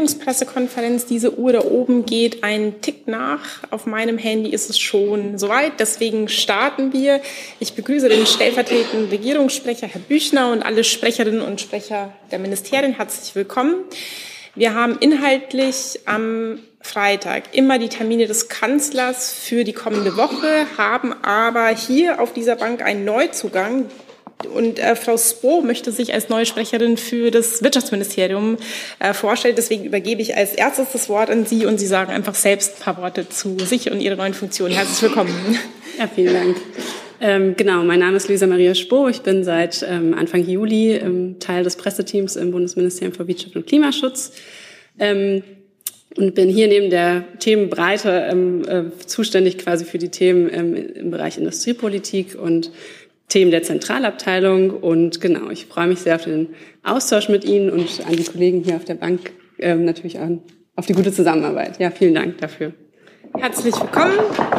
Vertretungspressekonferenz. Diese Uhr da oben geht einen Tick nach. Auf meinem Handy ist es schon soweit. Deswegen starten wir. Ich begrüße den stellvertretenden Regierungssprecher, Herr Büchner, und alle Sprecherinnen und Sprecher der Ministerien. Herzlich willkommen. Wir haben inhaltlich am Freitag immer die Termine des Kanzlers für die kommende Woche, haben aber hier auf dieser Bank einen Neuzugang. Und Frau Spo möchte sich als neue Sprecherin für das Wirtschaftsministerium vorstellen. Deswegen übergebe ich als erstes das Wort an Sie und Sie sagen einfach selbst ein paar Worte zu sich und Ihrer neuen Funktion. Herzlich willkommen. Ja, vielen Dank. Genau, mein Name ist Luisa Maria Spo. Ich bin seit Anfang Juli Teil des Presseteams im Bundesministerium für Wirtschaft und Klimaschutz und bin hier neben der Themenbreite zuständig quasi für die Themen im Bereich Industriepolitik und Themen der Zentralabteilung. Und genau, ich freue mich sehr auf den Austausch mit Ihnen und an die Kollegen hier auf der Bank natürlich auch auf die gute Zusammenarbeit. Ja, vielen Dank dafür. Herzlich willkommen.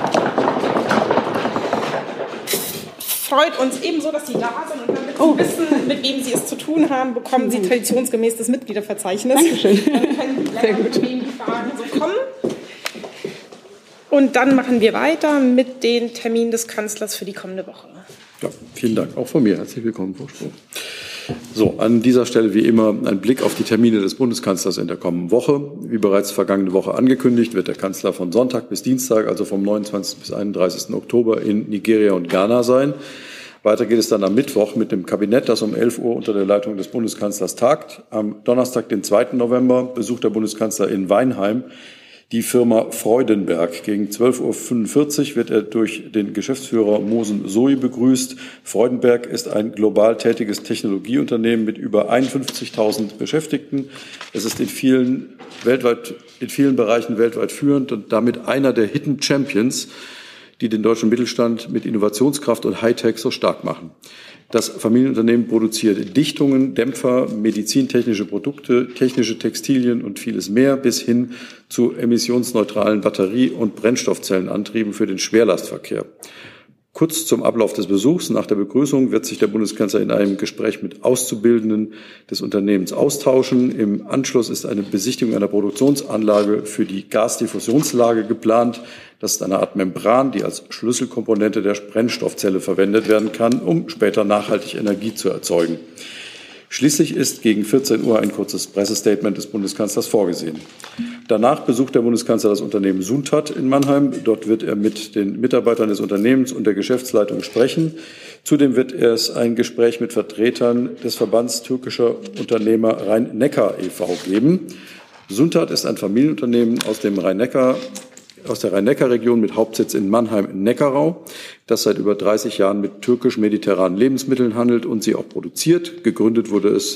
Freut uns ebenso, dass Sie da sind, und damit Sie wissen, mit wem Sie es zu tun haben, bekommen Sie traditionsgemäß das Mitgliederverzeichnis. Dankeschön. Dann können Sie sehr gut, mit wem die Fragen so kommen. Und dann machen wir weiter mit den Terminen des Kanzlers für die kommende Woche. Ja, vielen Dank. Auch von mir. Herzlich willkommen, Frau Spo. So, an dieser Stelle wie immer ein Blick auf die Termine des Bundeskanzlers in der kommenden Woche. Wie bereits vergangene Woche angekündigt, wird der Kanzler von Sonntag bis Dienstag, also vom 29. bis 31. Oktober in Nigeria und Ghana sein. Weiter geht es dann am Mittwoch mit dem Kabinett, das um 11 Uhr unter der Leitung des Bundeskanzlers tagt. Am Donnerstag, den 2. November, besucht der Bundeskanzler in Weinheim die Firma Freudenberg. Gegen 12.45 Uhr wird er durch den Geschäftsführer Mosen Sohi begrüßt. Freudenberg ist ein global tätiges Technologieunternehmen mit über 51.000 Beschäftigten. Es ist in vielen Bereichen weltweit führend und damit einer der Hidden Champions, die den deutschen Mittelstand mit Innovationskraft und Hightech so stark machen. Das Familienunternehmen produziert Dichtungen, Dämpfer, medizintechnische Produkte, technische Textilien und vieles mehr bis hin zu emissionsneutralen Batterie- und Brennstoffzellenantrieben für den Schwerlastverkehr. Kurz zum Ablauf des Besuchs. Nach der Begrüßung wird sich der Bundeskanzler in einem Gespräch mit Auszubildenden des Unternehmens austauschen. Im Anschluss ist eine Besichtigung einer Produktionsanlage für die Gasdiffusionslage geplant. Das ist eine Art Membran, die als Schlüsselkomponente der Brennstoffzelle verwendet werden kann, um später nachhaltig Energie zu erzeugen. Schließlich ist gegen 14 Uhr ein kurzes Pressestatement des Bundeskanzlers vorgesehen. Danach besucht der Bundeskanzler das Unternehmen Suntat in Mannheim. Dort wird er mit den Mitarbeitern des Unternehmens und der Geschäftsleitung sprechen. Zudem wird es ein Gespräch mit Vertretern des Verbands türkischer Unternehmer Rhein-Neckar e.V. geben. Suntat ist ein Familienunternehmen aus der Rhein-Neckar-Region mit Hauptsitz in Mannheim-Neckarau, das seit über 30 Jahren mit türkisch-mediterranen Lebensmitteln handelt und sie auch produziert. Gegründet wurde es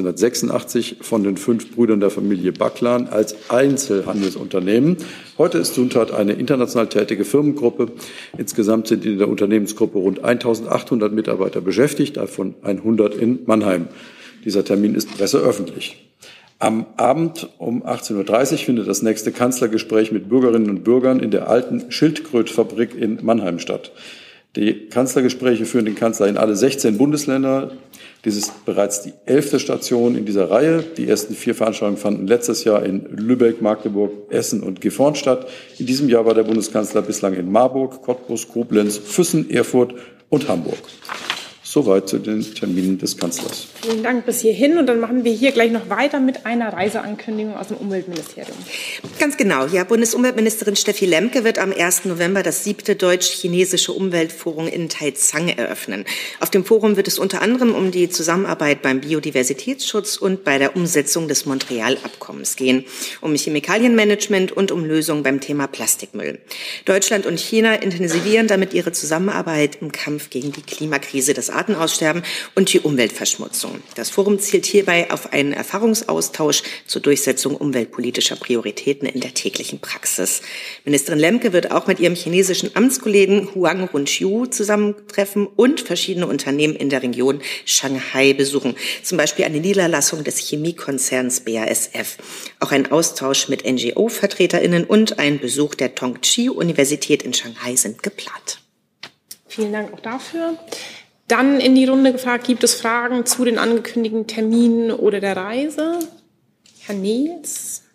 1986 von den 5 Brüdern der Familie Baklan als Einzelhandelsunternehmen. Heute ist Suntat eine international tätige Firmengruppe. Insgesamt sind in der Unternehmensgruppe rund 1.800 Mitarbeiter beschäftigt, davon 100 in Mannheim. Dieser Termin ist presseöffentlich. Am Abend um 18.30 Uhr findet das nächste Kanzlergespräch mit Bürgerinnen und Bürgern in der alten Schildkrötfabrik in Mannheim statt. Die Kanzlergespräche führen den Kanzler in alle 16 Bundesländer. Dies ist bereits die 11. Station in dieser Reihe. Die ersten 4 Veranstaltungen fanden letztes Jahr in Lübeck, Magdeburg, Essen und Gifhorn statt. In diesem Jahr war der Bundeskanzler bislang in Marburg, Cottbus, Koblenz, Füssen, Erfurt und Hamburg. Soweit zu den Terminen des Kanzlers. Vielen Dank bis hierhin. Und dann machen wir hier gleich noch weiter mit einer Reiseankündigung aus dem Umweltministerium. Ganz genau. Ja, Bundesumweltministerin Steffi Lemke wird am 1. November das 7. Deutsch-Chinesische Umweltforum in Taizang eröffnen. Auf dem Forum wird es unter anderem um die Zusammenarbeit beim Biodiversitätsschutz und bei der Umsetzung des Montreal-Abkommens gehen, um Chemikalienmanagement und um Lösungen beim Thema Plastikmüll. Deutschland und China intensivieren damit ihre Zusammenarbeit im Kampf gegen die Klimakrise, das Artenaussterben und die Umweltverschmutzung. Das Forum zielt hierbei auf einen Erfahrungsaustausch zur Durchsetzung umweltpolitischer Prioritäten in der täglichen Praxis. Ministerin Lemke wird auch mit ihrem chinesischen Amtskollegen Huang Runqiu zusammentreffen und verschiedene Unternehmen in der Region Shanghai besuchen, zum Beispiel eine Niederlassung des Chemiekonzerns BASF. Auch ein Austausch mit NGO-VertreterInnen und ein Besuch der Tongji-Universität in Shanghai sind geplant. Vielen Dank auch dafür. Dann in die Runde gefragt, gibt es Fragen zu den angekündigten Terminen oder der Reise? Herr Nils?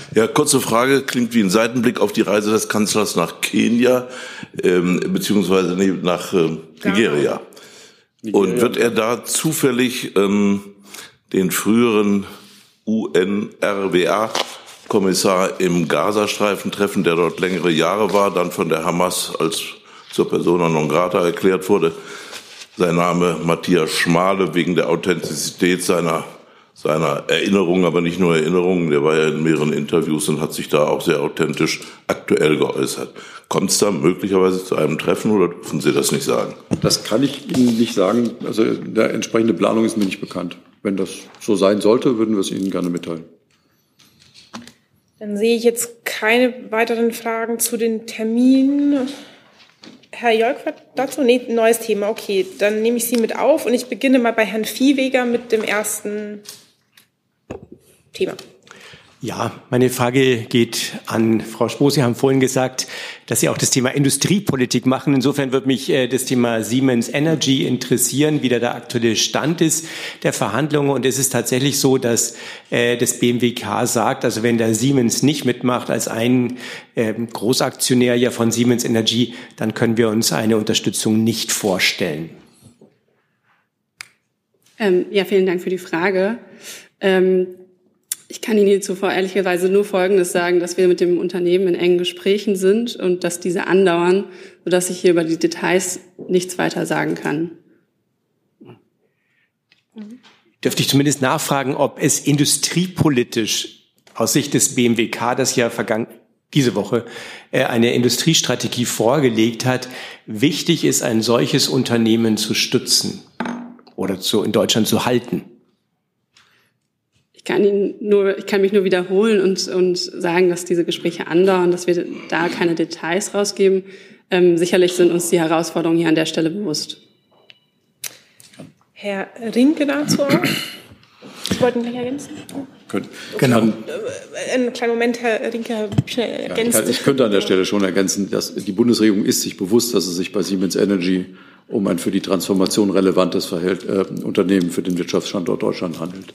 Ja, kurze Frage, klingt wie ein Seitenblick auf die Reise des Kanzlers nach Kenia, beziehungsweise nach Nigeria. Und wird er da zufällig den früheren UNRWA-Kommissar im Gazastreifen treffen, der dort längere Jahre war, dann von der Hamas als zur Persona non grata erklärt wurde? Sein Name Matthias Schmale, wegen der Authentizität seiner Erinnerungen, aber nicht nur Erinnerungen. Der war ja in mehreren Interviews und hat sich da auch sehr authentisch aktuell geäußert. Kommt es da möglicherweise zu einem Treffen oder dürfen Sie das nicht sagen? Das kann ich Ihnen nicht sagen. Also der entsprechende Planung ist mir nicht bekannt. Wenn das so sein sollte, würden wir es Ihnen gerne mitteilen. Dann sehe ich jetzt keine weiteren Fragen zu den Terminen. Herr Jolk dazu? Nee, neues Thema. Okay, dann nehme ich Sie mit auf und ich beginne mal bei Herrn Viehweger mit dem ersten Thema. Ja, meine Frage geht an Frau Spoh. Sie haben vorhin gesagt, dass Sie auch das Thema Industriepolitik machen. Insofern wird mich das Thema Siemens Energy interessieren, wie der aktuelle Stand ist der Verhandlungen. Und es ist tatsächlich so, dass das BMWK sagt, also wenn der Siemens nicht mitmacht als ein Großaktionär ja von Siemens Energy, dann können wir uns eine Unterstützung nicht vorstellen. Ja, vielen Dank für die Frage. Ich kann Ihnen zuvor ehrlicherweise nur Folgendes sagen, dass wir mit dem Unternehmen in engen Gesprächen sind und dass diese andauern, sodass ich hier über die Details nichts weiter sagen kann. Dürfte ich zumindest nachfragen, ob es industriepolitisch aus Sicht des BMWK, das ja diese Woche eine Industriestrategie vorgelegt hat, wichtig ist, ein solches Unternehmen zu stützen oder in Deutschland zu halten? Ich kann mich nur wiederholen und sagen, dass diese Gespräche andauern, dass wir da keine Details rausgeben. Sicherlich sind uns die Herausforderungen hier an der Stelle bewusst. Herr Rinke dazu auch? Sie wollten gleich ergänzen? Genau. Einen kleinen Moment, Herr Rinke, Herr Büchner ergänzt. Ich könnte an der Stelle schon ergänzen, dass die Bundesregierung ist sich bewusst, dass es sich bei Siemens Energy um ein für die Transformation relevantes Unternehmen für den Wirtschaftsstandort Deutschland handelt.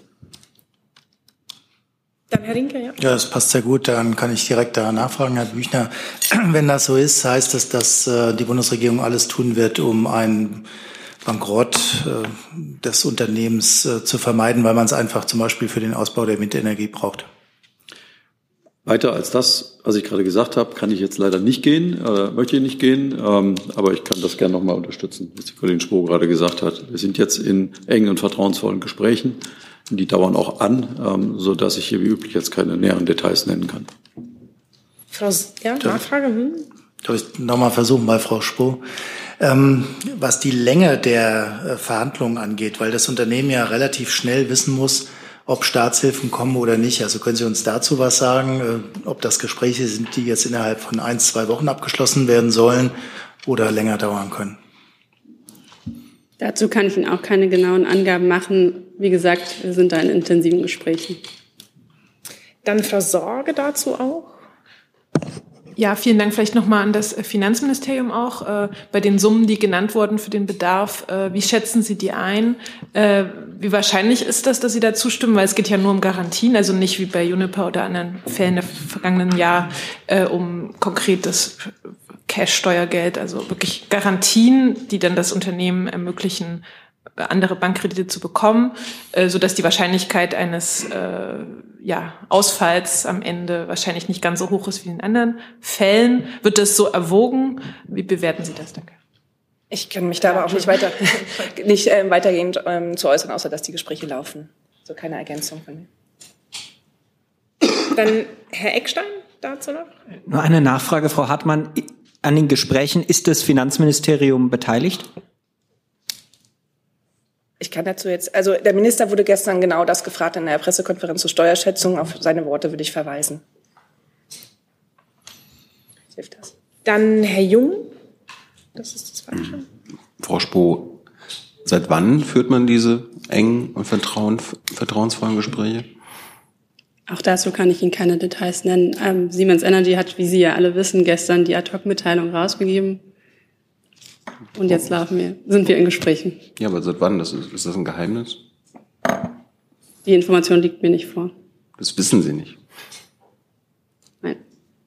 Dann Herr Rinke, ja. Ja, das passt sehr gut. Dann kann ich direkt da nachfragen, Herr Büchner. Wenn das so ist, heißt das, dass die Bundesregierung alles tun wird, um einen Bankrott des Unternehmens zu vermeiden, weil man es einfach zum Beispiel für den Ausbau der Windenergie braucht? Weiter als das, was ich gerade gesagt habe, kann ich jetzt leider nicht gehen, möchte ich nicht gehen, aber ich kann das gerne nochmal unterstützen, was die Kollegin Spoh gerade gesagt hat. Wir sind jetzt in engen und vertrauensvollen Gesprächen. Die dauern auch an, so dass ich hier wie üblich jetzt keine näheren Details nennen kann. Nachfrage? Darf ich nochmal versuchen bei Frau Spoh? Was die Länge der Verhandlungen angeht, weil das Unternehmen ja relativ schnell wissen muss, ob Staatshilfen kommen oder nicht. Also können Sie uns dazu was sagen, ob das Gespräche sind, die jetzt innerhalb von 1-2 Wochen abgeschlossen werden sollen oder länger dauern können? Dazu kann ich Ihnen auch keine genauen Angaben machen. Wie gesagt, wir sind da in intensiven Gesprächen. Dann Frau Sorge dazu auch? Ja, vielen Dank. Vielleicht nochmal an das Finanzministerium auch. Bei den Summen, die genannt wurden für den Bedarf, wie schätzen Sie die ein? Wie wahrscheinlich ist das, dass Sie da zustimmen? Weil es geht ja nur um Garantien, also nicht wie bei Uniper oder anderen Fällen der vergangenen Jahr um konkretes Cash-Steuergeld, also wirklich Garantien, die dann das Unternehmen ermöglichen, andere Bankkredite zu bekommen, sodass die Wahrscheinlichkeit eines Ausfalls am Ende wahrscheinlich nicht ganz so hoch ist wie in anderen Fällen. Wird das so erwogen? Wie bewerten Sie das? Danke. Ich kann mich da aber auch nicht weitergehend zu äußern, außer dass die Gespräche laufen. So keine Ergänzung von mir. Dann Herr Eckstein dazu noch? Nur eine Nachfrage, Frau Hartmann. An den Gesprächen ist das Finanzministerium beteiligt? Ich kann dazu also der Minister wurde gestern genau das gefragt in der Pressekonferenz zur Steuerschätzung. Auf seine Worte würde ich verweisen. Hilft das? Dann Herr Jung. Das ist das Falsche. Frau Spoh, seit wann führt man diese engen und vertrauensvollen Gespräche? Auch dazu kann ich Ihnen keine Details nennen. Siemens Energy hat, wie Sie ja alle wissen, gestern die Ad-Hoc-Mitteilung rausgegeben. Und jetzt sind wir in Gesprächen. Ja, aber seit wann? Ist das ein Geheimnis? Die Information liegt mir nicht vor. Das wissen Sie nicht. Nein.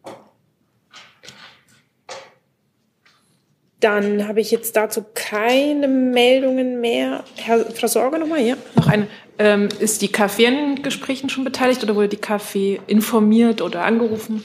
Dann habe ich jetzt dazu keine Meldungen mehr. Frau Sorge nochmal, ja? Noch eine. Ist die KfW an den Gesprächen schon beteiligt oder wurde die KfW informiert oder angerufen?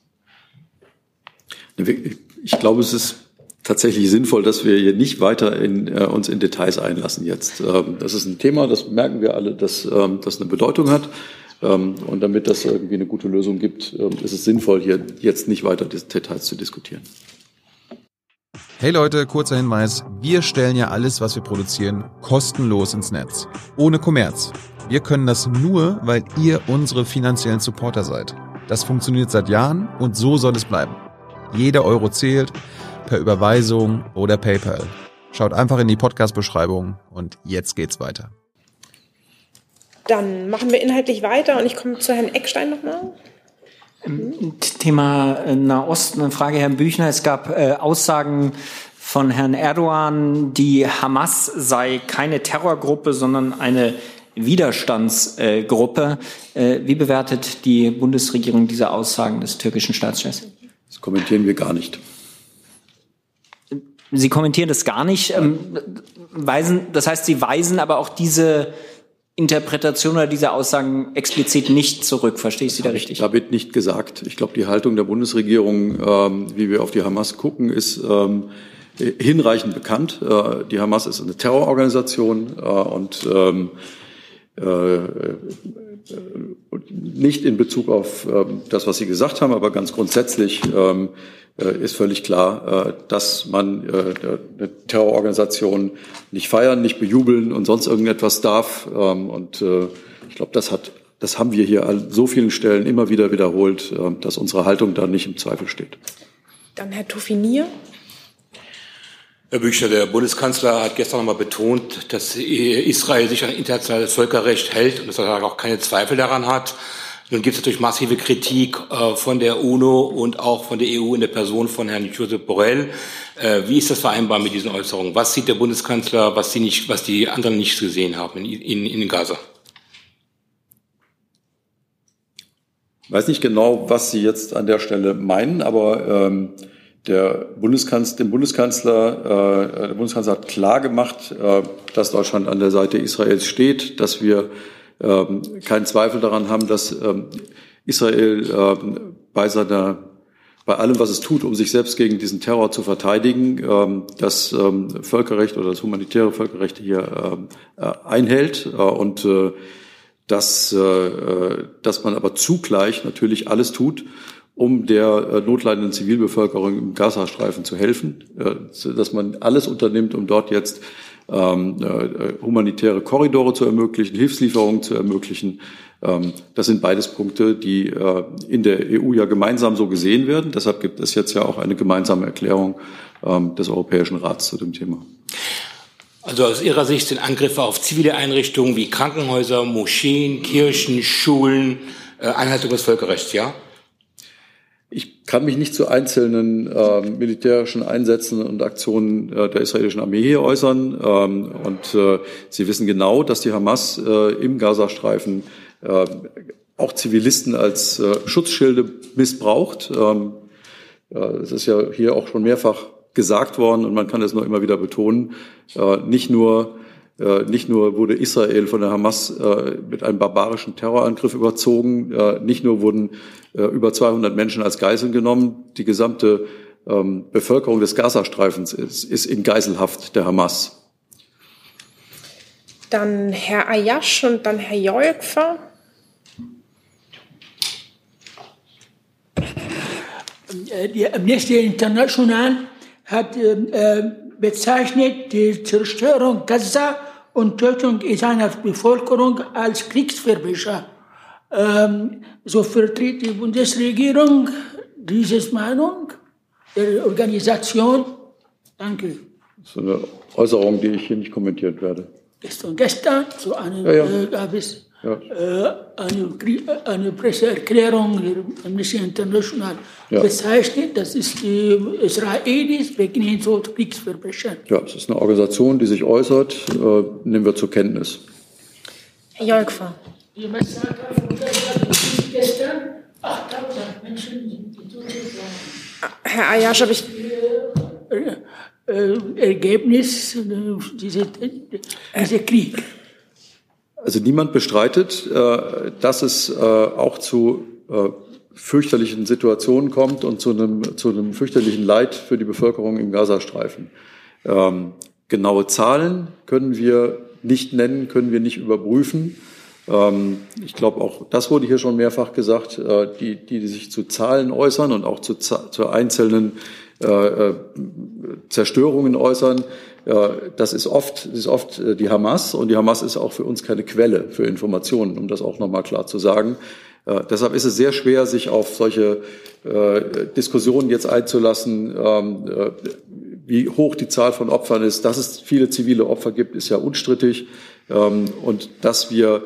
Ich glaube, es ist tatsächlich sinnvoll, dass wir hier nicht weiter uns in Details einlassen jetzt. Das ist ein Thema, das merken wir alle, dass das eine Bedeutung hat. Und damit das irgendwie eine gute Lösung gibt, ist es sinnvoll, hier jetzt nicht weiter Details zu diskutieren. Hey Leute, kurzer Hinweis. Wir stellen ja alles, was wir produzieren, kostenlos ins Netz. Ohne Kommerz. Wir können das nur, weil ihr unsere finanziellen Supporter seid. Das funktioniert seit Jahren und so soll es bleiben. Jeder Euro zählt, per Überweisung oder PayPal. Schaut einfach in die Podcast-Beschreibung und jetzt geht's weiter. Dann machen wir inhaltlich weiter und ich komme zu Herrn Eckstein nochmal. Thema Nahosten, eine Frage, Herrn Büchner. Es gab Aussagen von Herrn Erdogan, die Hamas sei keine Terrorgruppe, sondern eine Widerstandsgruppe. Wie bewertet die Bundesregierung diese Aussagen des türkischen Staatschefs? Das kommentieren wir gar nicht. Sie kommentieren das gar nicht. Das heißt, Sie weisen aber auch diese Interpretation oder diese Aussagen explizit nicht zurück. Verstehe ich Sie da richtig? Ich habe nicht gesagt. Ich glaube, die Haltung der Bundesregierung, wie wir auf die Hamas gucken, ist hinreichend bekannt. Die Hamas ist eine Terrororganisation und nicht in Bezug auf das, was Sie gesagt haben, aber ganz grundsätzlich ist völlig klar, dass man eine Terrororganisation nicht feiern, nicht bejubeln und sonst irgendetwas darf. Und ich glaube, das haben wir hier an so vielen Stellen immer wieder wiederholt, dass unsere Haltung da nicht im Zweifel steht. Dann Herr Toffinier. Herr Büchner, der Bundeskanzler hat gestern nochmal betont, dass Israel sich an internationales Völkerrecht hält und dass er auch keine Zweifel daran hat. Nun gibt es natürlich massive Kritik von der UNO und auch von der EU in der Person von Herrn Josep Borrell. Wie ist das vereinbar mit diesen Äußerungen? Was sieht der Bundeskanzler, was die anderen nicht gesehen haben in Gaza? Ich weiß nicht genau, was Sie jetzt an der Stelle meinen, aber der Bundeskanzler hat klar gemacht, dass Deutschland an der Seite Israels steht, dass wir keinen Zweifel daran haben, dass Israel bei allem, was es tut, um sich selbst gegen diesen Terror zu verteidigen, das Völkerrecht oder das humanitäre Völkerrecht hier einhält und dass man aber zugleich natürlich alles tut, um der notleidenden Zivilbevölkerung im Gazastreifen zu helfen, dass man alles unternimmt, um dort jetzt humanitäre Korridore zu ermöglichen, Hilfslieferungen zu ermöglichen. Das sind beides Punkte, die in der EU ja gemeinsam so gesehen werden. Deshalb gibt es jetzt ja auch eine gemeinsame Erklärung des Europäischen Rats zu dem Thema. Also aus Ihrer Sicht sind Angriffe auf zivile Einrichtungen wie Krankenhäuser, Moscheen, Kirchen, Schulen, Einhaltung des Völkerrechts, ja? Ich kann mich nicht zu einzelnen militärischen Einsätzen und Aktionen der israelischen Armee hier äußern. Und Sie wissen genau, dass die Hamas im Gazastreifen auch Zivilisten als Schutzschilde missbraucht. Es ist ja hier auch schon mehrfach gesagt worden und man kann es noch immer wieder betonen. Nicht nur wurde Israel von der Hamas mit einem barbarischen Terrorangriff überzogen, nicht nur wurden über 200 Menschen als Geiseln genommen, die gesamte Bevölkerung des Gazastreifens ist in Geiselhaft der Hamas. Dann Herr Ayash und dann Herr Jolkfer. Die Amnesty International hat bezeichnet die Zerstörung Gaza und Tötung seiner Bevölkerung als Kriegsverbrechen. So vertritt die Bundesregierung diese Meinung der Organisation. Danke. Das ist eine Äußerung, die ich hier nicht kommentieren werde. Gestern so gab es eine Presseerklärung der Amnesty International bezeichnet, dass es die Israelis begehen so Kriegsverbrechen. Ja, es ist eine Organisation, die sich äußert, nehmen wir zur Kenntnis. Herr Jolkfer. Die Massaker von Gaza gestern 8.000 Menschen sind getötet worden. Herr Ayash, habe ich... Ergebnis dieser Krieg. Also niemand bestreitet, dass es auch zu fürchterlichen Situationen kommt und zu einem fürchterlichen Leid für die Bevölkerung im Gazastreifen. Genaue Zahlen können wir nicht nennen, können wir nicht überprüfen. Ich glaube, auch das wurde hier schon mehrfach gesagt, die sich zu Zahlen äußern und auch zu einzelnen Zerstörungen äußern. Das ist oft die Hamas, und die Hamas ist auch für uns keine Quelle für Informationen, um das auch nochmal klar zu sagen. Deshalb ist es sehr schwer, sich auf solche Diskussionen jetzt einzulassen, wie hoch die Zahl von Opfern ist. Dass es viele zivile Opfer gibt, ist ja unstrittig. Und dass wir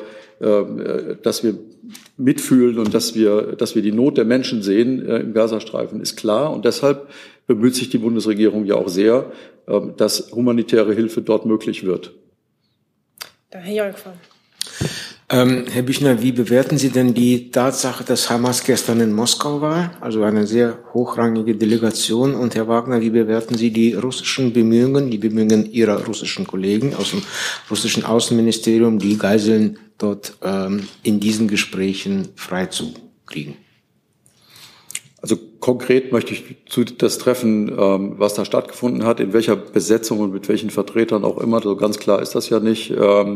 mitfühlen und dass wir die Not der Menschen sehen im Gazastreifen, ist klar. Und deshalb bemüht sich die Bundesregierung ja auch sehr, dass humanitäre Hilfe dort möglich wird. Herr Jolkwa. Herr Büchner, wie bewerten Sie denn die Tatsache, dass Hamas gestern in Moskau war, also eine sehr hochrangige Delegation? Und Herr Wagner, wie bewerten Sie die russischen Bemühungen, die Bemühungen Ihrer russischen Kollegen aus dem russischen Außenministerium, die Geiseln dort in diesen Gesprächen freizukriegen? Also konkret möchte ich zu das Treffen, was da stattgefunden hat, in welcher Besetzung und mit welchen Vertretern auch immer, so ganz klar ist das ja nicht.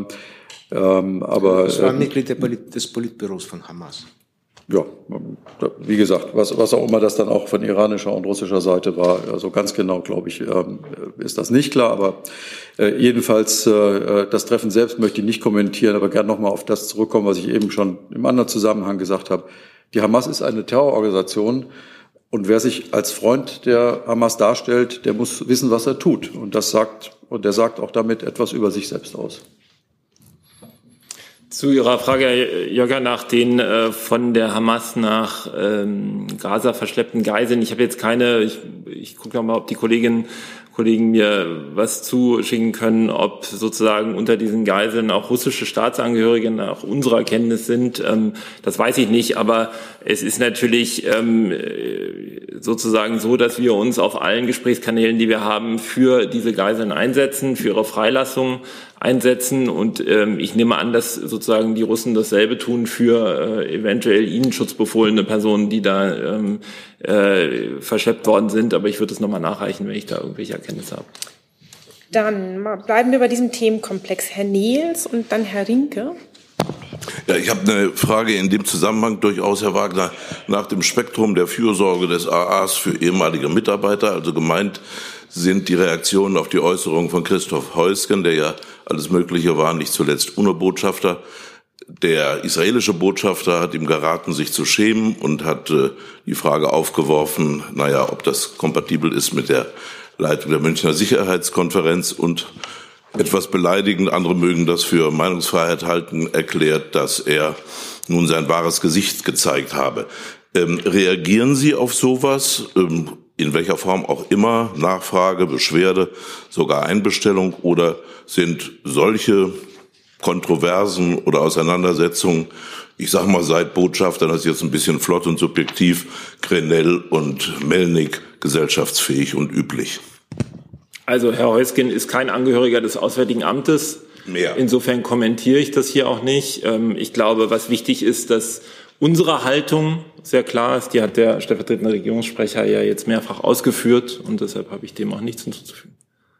Aber das war Mitglied des Politbüros von Hamas. Ja, wie gesagt, was auch immer das dann auch von iranischer und russischer Seite war, also ganz genau, glaube ich, ist das nicht klar. Aber jedenfalls das Treffen selbst möchte ich nicht kommentieren, aber gerne nochmal auf das zurückkommen, was ich eben schon im anderen Zusammenhang gesagt habe. Die Hamas ist eine Terrororganisation, und wer sich als Freund der Hamas darstellt, der muss wissen, was er tut. Und der sagt auch damit etwas über sich selbst aus. Zu Ihrer Frage, Herr Jöcker, nach den von der Hamas nach Gaza verschleppten Geiseln. Ich habe jetzt ich gucke noch mal, ob die Kollegen mir was zuschicken können, ob sozusagen unter diesen Geiseln auch russische Staatsangehörige nach unserer Kenntnis sind. Das weiß ich nicht, aber es ist natürlich sozusagen so, dass wir uns auf allen Gesprächskanälen, die wir haben, für diese Geiseln einsetzen, für ihre Freilassung einsetzen. Und ich nehme an, dass sozusagen die Russen dasselbe tun für eventuell ihnen schutzbefohlene Personen, die da verschleppt worden sind. Aber ich würde es nochmal nachreichen, wenn ich da irgendwelche Erkenntnisse habe. Dann bleiben wir bei diesem Themenkomplex. Herr Nehls und dann Herr Rinke. Ja, ich habe eine Frage in dem Zusammenhang durchaus, Herr Wagner, nach dem Spektrum der Fürsorge des AAs für ehemalige Mitarbeiter. Also gemeint sind die Reaktionen auf die Äußerungen von Christoph Heusgen, der ja alles Mögliche war, nicht zuletzt UNO-Botschafter. Der israelische Botschafter hat ihm geraten, sich zu schämen, und hat die Frage aufgeworfen, ob das kompatibel ist mit der Leitung der Münchner Sicherheitskonferenz, und etwas beleidigend, andere mögen das für Meinungsfreiheit halten, erklärt, dass er nun sein wahres Gesicht gezeigt habe. Reagieren Sie auf sowas, in welcher Form auch immer, Nachfrage, Beschwerde, sogar Einbestellung, oder sind solche Kontroversen oder Auseinandersetzungen, ich sage mal seit Botschaftern, das ist jetzt ein bisschen flott und subjektiv, Grenell und Melnik, gesellschaftsfähig und üblich? Also Herr Heusgen ist kein Angehöriger des Auswärtigen Amtes. Mehr. Insofern kommentiere ich das hier auch nicht. Ich glaube, was wichtig ist, dass unsere Haltung sehr klar ist. Die hat der stellvertretende Regierungssprecher ja jetzt mehrfach ausgeführt, und deshalb habe ich dem auch nichts hinzuzufügen.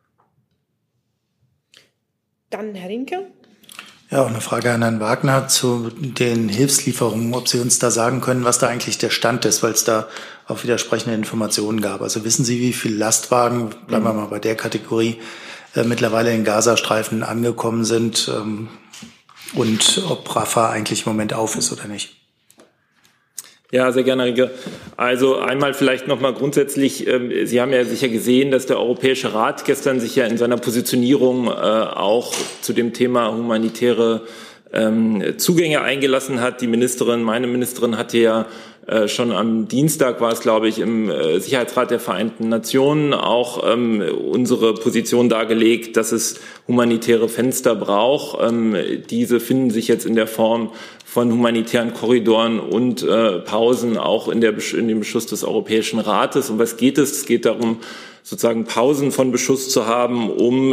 Dann Herr Rinke. Ja, auch eine Frage an Herrn Wagner zu den Hilfslieferungen, ob Sie uns da sagen können, was da eigentlich der Stand ist, weil es da auch widersprechende Informationen gab. Also wissen Sie, wie viele Lastwagen, bleiben wir mal bei der Kategorie, mittlerweile in Gazastreifen angekommen sind, und ob Rafah eigentlich im Moment auf ist oder nicht? Ja, sehr gerne, Herr Rinke. Also einmal vielleicht noch mal grundsätzlich, Sie haben ja sicher gesehen, dass der Europäische Rat gestern sich ja in seiner Positionierung auch zu dem Thema humanitäre Zugänge eingelassen hat. Die Ministerin, meine Ministerin, hatte ja schon am Dienstag war es, glaube ich, im Sicherheitsrat der Vereinten Nationen auch unsere Position dargelegt, dass es humanitäre Fenster braucht. Diese finden sich jetzt in der Form von humanitären Korridoren und Pausen auch in dem Beschluss des Europäischen Rates. Um was geht es? Es geht darum, sozusagen Pausen von Beschuss zu haben, um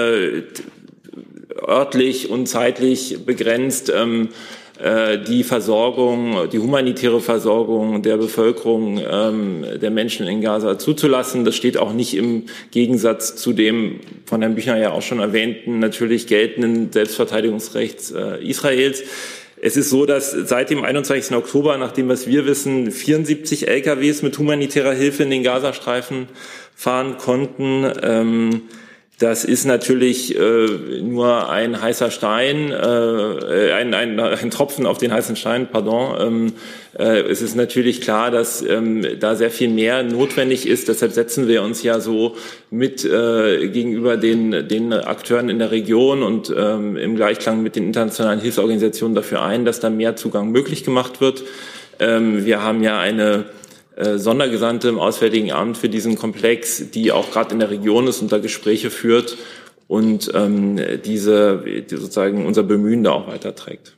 örtlich und zeitlich begrenzt die Versorgung, die humanitäre Versorgung der Bevölkerung, der Menschen in Gaza zuzulassen. Das steht auch nicht im Gegensatz zu dem von Herrn Büchner ja auch schon erwähnten, natürlich geltenden Selbstverteidigungsrecht Israels. Es ist so, dass seit dem 21. Oktober, nach dem, was wir wissen, 74 LKWs mit humanitärer Hilfe in den Gazastreifen fahren konnten. Das ist natürlich nur ein heißer Stein, ein Tropfen auf den heißen Stein, pardon. Es ist natürlich klar, dass da sehr viel mehr notwendig ist. Deshalb setzen wir uns ja so mit gegenüber den Akteuren in der Region und im Gleichklang mit den internationalen Hilfsorganisationen dafür ein, dass da mehr Zugang möglich gemacht wird. Wir haben ja eine Sondergesandte im Auswärtigen Amt für diesen Komplex, die auch gerade in der Region ist und da Gespräche führt und sozusagen unser Bemühen da auch weiterträgt.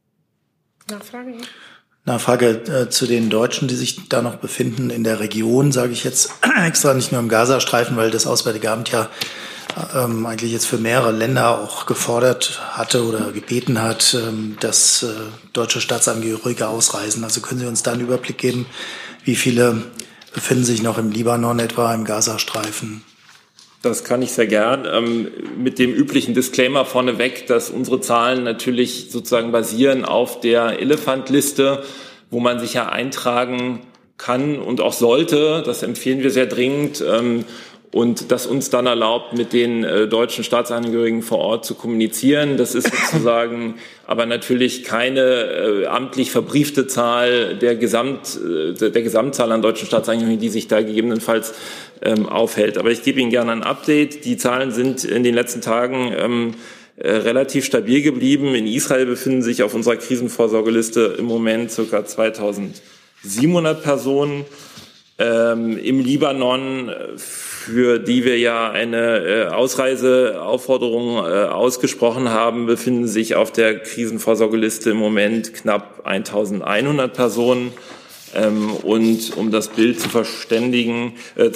Nachfrage zu den Deutschen, die sich da noch befinden in der Region, sage ich jetzt extra, nicht nur im Gazastreifen, weil das Auswärtige Amt ja eigentlich jetzt für mehrere Länder auch gefordert hatte oder gebeten hat, dass deutsche Staatsangehörige ausreisen. Also können Sie uns da einen Überblick geben, wie viele befinden sich noch im Libanon, etwa im Gazastreifen? Das kann ich sehr gern. Mit dem üblichen Disclaimer vorneweg, dass unsere Zahlen natürlich sozusagen basieren auf der Elefant-Liste, wo man sich ja eintragen kann und auch sollte. Das empfehlen wir sehr dringend. Und das uns dann erlaubt, mit den deutschen Staatsangehörigen vor Ort zu kommunizieren. Das ist sozusagen aber natürlich keine amtlich verbriefte Zahl der Gesamtzahl an deutschen Staatsangehörigen, die sich da gegebenenfalls aufhält. Aber ich gebe Ihnen gerne ein Update. Die Zahlen sind in den letzten Tagen relativ stabil geblieben. In Israel befinden sich auf unserer Krisenvorsorgeliste im Moment ca. 2.700 Personen. Im Libanon, für die wir ja eine Ausreiseaufforderung ausgesprochen haben, befinden sich auf der Krisenvorsorgeliste im Moment knapp 1.100 Personen. Und um das Bild zu vervollständigen,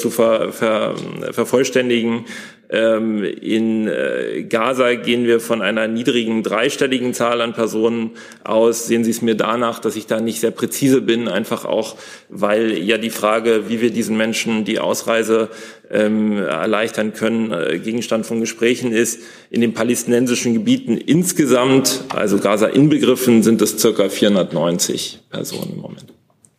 in Gaza gehen wir von einer niedrigen dreistelligen Zahl an Personen aus. Sehen Sie es mir danach, dass ich da nicht sehr präzise bin, einfach auch, weil ja die Frage, wie wir diesen Menschen die Ausreise erleichtern können, Gegenstand von Gesprächen ist. In den palästinensischen Gebieten insgesamt, also Gaza inbegriffen, sind es circa 490 Personen im Moment.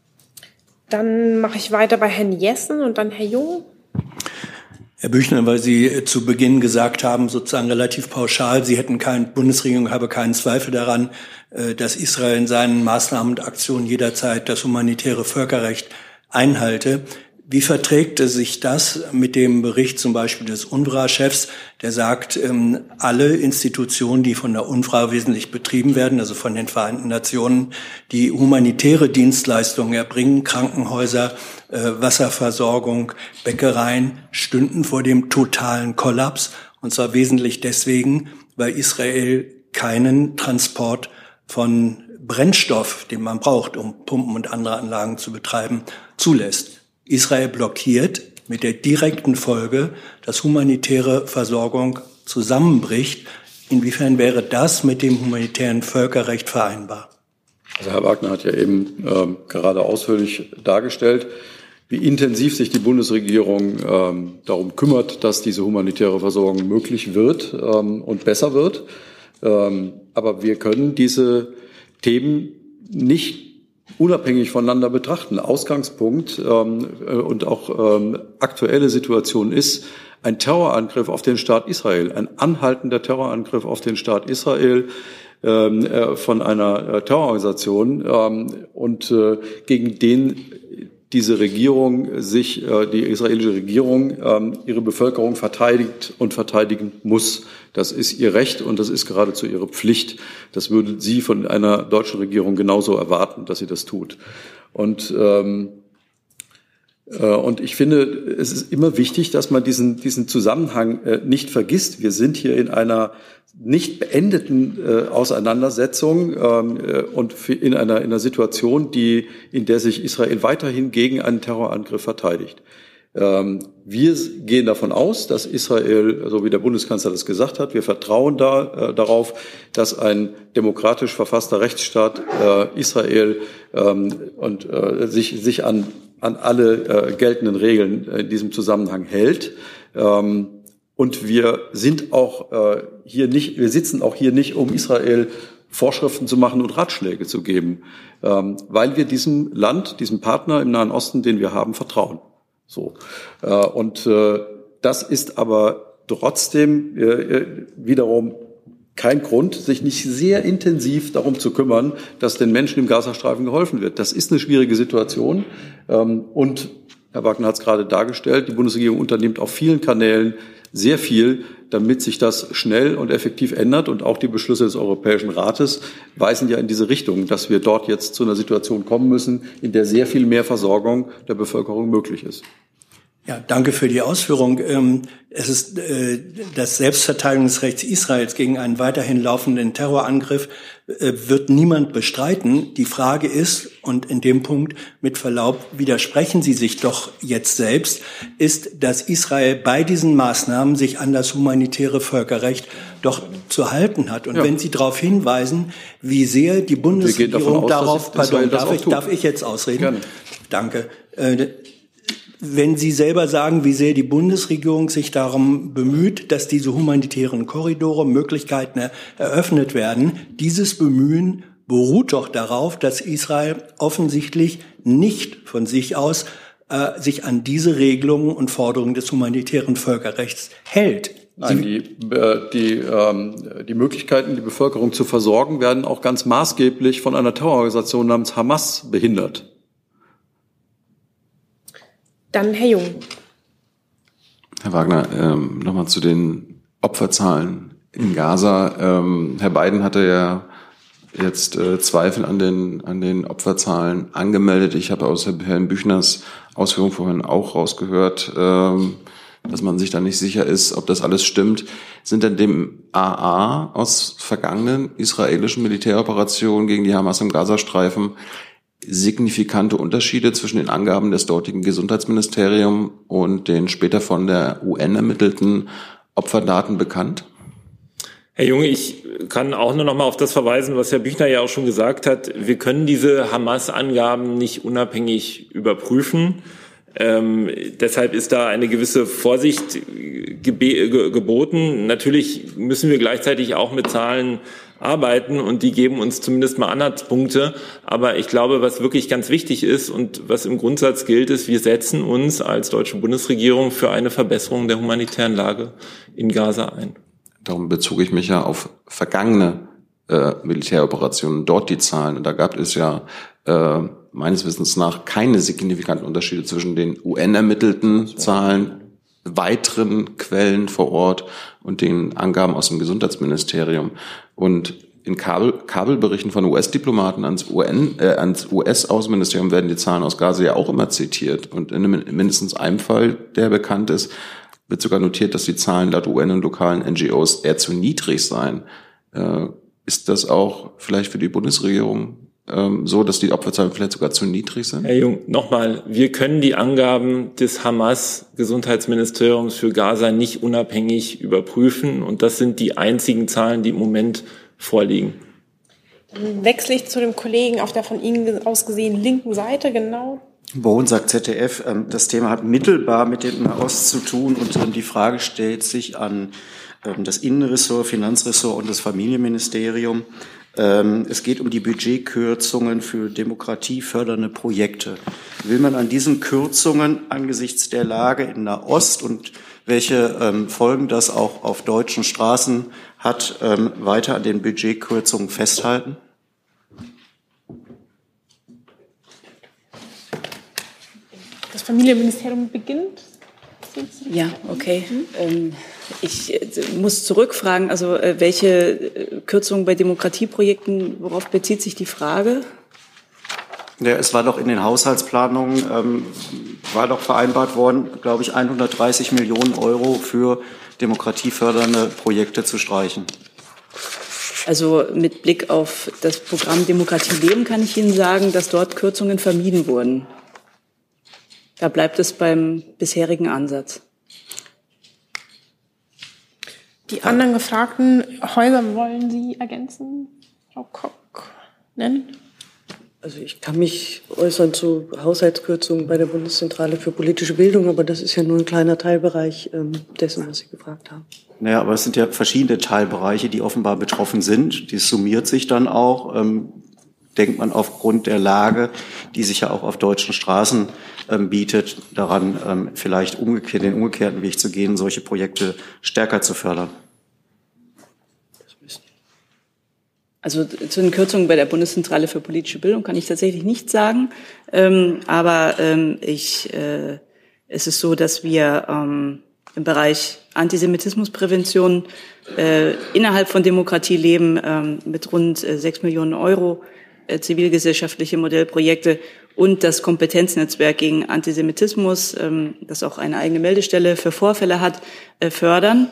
Dann mache ich weiter bei Herrn Jessen und dann Herr Jung. Herr Büchner, weil Sie zu Beginn gesagt haben, sozusagen relativ pauschal, Bundesregierung habe keinen Zweifel daran, dass Israel in seinen Maßnahmen und Aktionen jederzeit das humanitäre Völkerrecht einhalte. Wie verträgt es sich das mit dem Bericht zum Beispiel des UNRWA-Chefs, der sagt, alle Institutionen, die von der UNRWA wesentlich betrieben werden, also von den Vereinten Nationen, die humanitäre Dienstleistungen erbringen, Krankenhäuser, Wasserversorgung, Bäckereien, stünden vor dem totalen Kollaps. Und zwar wesentlich deswegen, weil Israel keinen Transport von Brennstoff, den man braucht, um Pumpen und andere Anlagen zu betreiben, zulässt. Israel blockiert mit der direkten Folge, dass humanitäre Versorgung zusammenbricht. Inwiefern wäre das mit dem humanitären Völkerrecht vereinbar? Also Herr Wagner hat ja eben gerade ausführlich dargestellt, wie intensiv sich die Bundesregierung darum kümmert, dass diese humanitäre Versorgung möglich wird und besser wird. Aber wir können diese Themen nicht unabhängig voneinander betrachten. Ausgangspunkt und auch aktuelle Situation ist ein Terrorangriff auf den Staat Israel, ein anhaltender Terrorangriff auf den Staat Israel von einer Terrororganisation und gegen den diese Regierung die israelische Regierung ihre Bevölkerung verteidigt und verteidigen muss. Das ist ihr Recht und das ist geradezu ihre Pflicht. Das würde sie von einer deutschen Regierung genauso erwarten, dass sie das tut. Und ich finde, es ist immer wichtig, dass man diesen Zusammenhang nicht vergisst. Wir sind hier in einer nicht beendeten Auseinandersetzung und in einer Situation, in der sich Israel weiterhin gegen einen Terrorangriff verteidigt. Wir gehen davon aus, dass Israel, so wie der Bundeskanzler das gesagt hat, wir vertrauen darauf, dass ein demokratisch verfasster Rechtsstaat Israel sich an alle geltenden Regeln in diesem Zusammenhang hält. Und wir sind auch wir sitzen auch hier nicht, um Israel Vorschriften zu machen und Ratschläge zu geben, weil wir diesem Land, diesem Partner im Nahen Osten, den wir haben, vertrauen. So. Und das ist aber trotzdem wiederum kein Grund, sich nicht sehr intensiv darum zu kümmern, dass den Menschen im Gazastreifen geholfen wird. Das ist eine schwierige Situation. Und Herr Wagner hat es gerade dargestellt, die Bundesregierung unternimmt auf vielen Kanälen sehr viel, damit sich das schnell und effektiv ändert. Und auch die Beschlüsse des Europäischen Rates weisen ja in diese Richtung, dass wir dort jetzt zu einer Situation kommen müssen, in der sehr viel mehr Versorgung der Bevölkerung möglich ist. Ja, danke für die Ausführung. Es ist das Selbstverteidigungsrecht Israels gegen einen weiterhin laufenden Terrorangriff wird niemand bestreiten. Die Frage ist, und in dem Punkt mit Verlaub widersprechen Sie sich doch jetzt selbst, ist, dass Israel bei diesen Maßnahmen sich an das humanitäre Völkerrecht doch zu halten hat. Und wenn Sie darauf hinweisen, wie sehr die Bundesregierung darauf, darf ich jetzt ausreden? Gerne. Danke. Wenn Sie selber sagen, wie sehr die Bundesregierung sich darum bemüht, dass diese humanitären Korridore, Möglichkeiten eröffnet werden, dieses Bemühen beruht doch darauf, dass Israel offensichtlich nicht von sich aus sich an diese Regelungen und Forderungen des humanitären Völkerrechts hält. Nein, die Möglichkeiten, die Bevölkerung zu versorgen, werden auch ganz maßgeblich von einer Terrororganisation namens Hamas behindert. Dann Herr Jung. Herr Wagner, nochmal zu den Opferzahlen in Gaza. Herr Biden hatte ja jetzt Zweifel an den Opferzahlen angemeldet. Ich habe aus Herrn Büchners Ausführungen vorhin auch rausgehört, dass man sich da nicht sicher ist, ob das alles stimmt. Sind denn dem AA aus vergangenen israelischen Militäroperationen gegen die Hamas im Gazastreifen signifikante Unterschiede zwischen den Angaben des dortigen Gesundheitsministeriums und den später von der UN ermittelten Opferdaten bekannt? Herr Junge, ich kann auch nur noch mal auf das verweisen, was Herr Büchner ja auch schon gesagt hat. Wir können diese Hamas-Angaben nicht unabhängig überprüfen. Deshalb ist da eine gewisse Vorsicht geboten. Natürlich müssen wir gleichzeitig auch mit Zahlen arbeiten und die geben uns zumindest mal Anhaltspunkte. Aber ich glaube, was wirklich ganz wichtig ist und was im Grundsatz gilt, ist, wir setzen uns als deutsche Bundesregierung für eine Verbesserung der humanitären Lage in Gaza ein. Darum bezog ich mich ja auf vergangene Militäroperationen, dort die Zahlen. Und da gab es ja meines Wissens nach keine signifikanten Unterschiede zwischen den UN-ermittelten Zahlen, weiteren Quellen vor Ort und den Angaben aus dem Gesundheitsministerium. Und in Kabelberichten von US-Diplomaten ans US-Außenministerium werden die Zahlen aus Gaza ja auch immer zitiert. Und in mindestens einem Fall, der bekannt ist, wird sogar notiert, dass die Zahlen laut UN und lokalen NGOs eher zu niedrig seien. Ist das auch vielleicht für die Bundesregierung so, dass die Opferzahlen vielleicht sogar zu niedrig sind? Herr Jung, nochmal, wir können die Angaben des Hamas-Gesundheitsministeriums für Gaza nicht unabhängig überprüfen. Und das sind die einzigen Zahlen, die im Moment vorliegen. Dann wechsle ich zu dem Kollegen auf der von Ihnen aus gesehen linken Seite, genau. Bohn sagt ZDF, das Thema hat mittelbar mit dem Nahost zu tun und die Frage stellt sich an das Innenressort, Finanzressort und das Familienministerium. Es geht um die Budgetkürzungen für demokratiefördernde Projekte. Will man an diesen Kürzungen angesichts der Lage in Nahost und welche Folgen das auch auf deutschen Straßen hat, weiter an den Budgetkürzungen festhalten? Das Familienministerium beginnt. Ja, okay. Ich muss zurückfragen, also welche Kürzungen bei Demokratieprojekten, worauf bezieht sich die Frage? Ja, es war doch in den Haushaltsplanungen, war doch vereinbart worden, glaube ich, 130 Millionen Euro für demokratiefördernde Projekte zu streichen. Also mit Blick auf das Programm Demokratie leben kann ich Ihnen sagen, dass dort Kürzungen vermieden wurden. Da bleibt es beim bisherigen Ansatz. Die anderen gefragten Häuser wollen Sie ergänzen, Frau Kock, nennen? Also ich kann mich äußern zu Haushaltskürzungen bei der Bundeszentrale für politische Bildung, aber das ist ja nur ein kleiner Teilbereich dessen, was Sie gefragt haben. Naja, aber es sind ja verschiedene Teilbereiche, die offenbar betroffen sind. Die summiert sich dann auch, denkt man aufgrund der Lage, die sich ja auch auf deutschen Straßen bietet, daran vielleicht den umgekehrten Weg zu gehen, solche Projekte stärker zu fördern. Also zu den Kürzungen bei der Bundeszentrale für politische Bildung kann ich tatsächlich nichts sagen. Aber es ist so, dass wir im Bereich Antisemitismusprävention innerhalb von Demokratie leben mit rund 6 Millionen Euro zivilgesellschaftliche Modellprojekte und das Kompetenznetzwerk gegen Antisemitismus, das auch eine eigene Meldestelle für Vorfälle hat, fördern.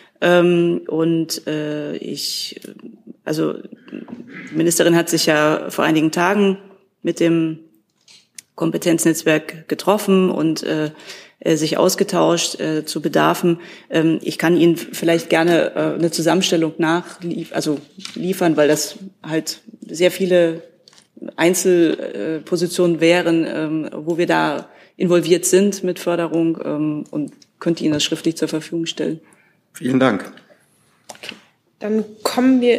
Die Ministerin hat sich ja vor einigen Tagen mit dem Kompetenznetzwerk getroffen und sich ausgetauscht zu Bedarfen. Ich kann Ihnen vielleicht gerne eine Zusammenstellung liefern, weil das halt sehr viele Einzelpositionen wären, wo wir da involviert sind mit Förderung und könnte Ihnen das schriftlich zur Verfügung stellen. Vielen Dank. Okay. Dann kommen wir.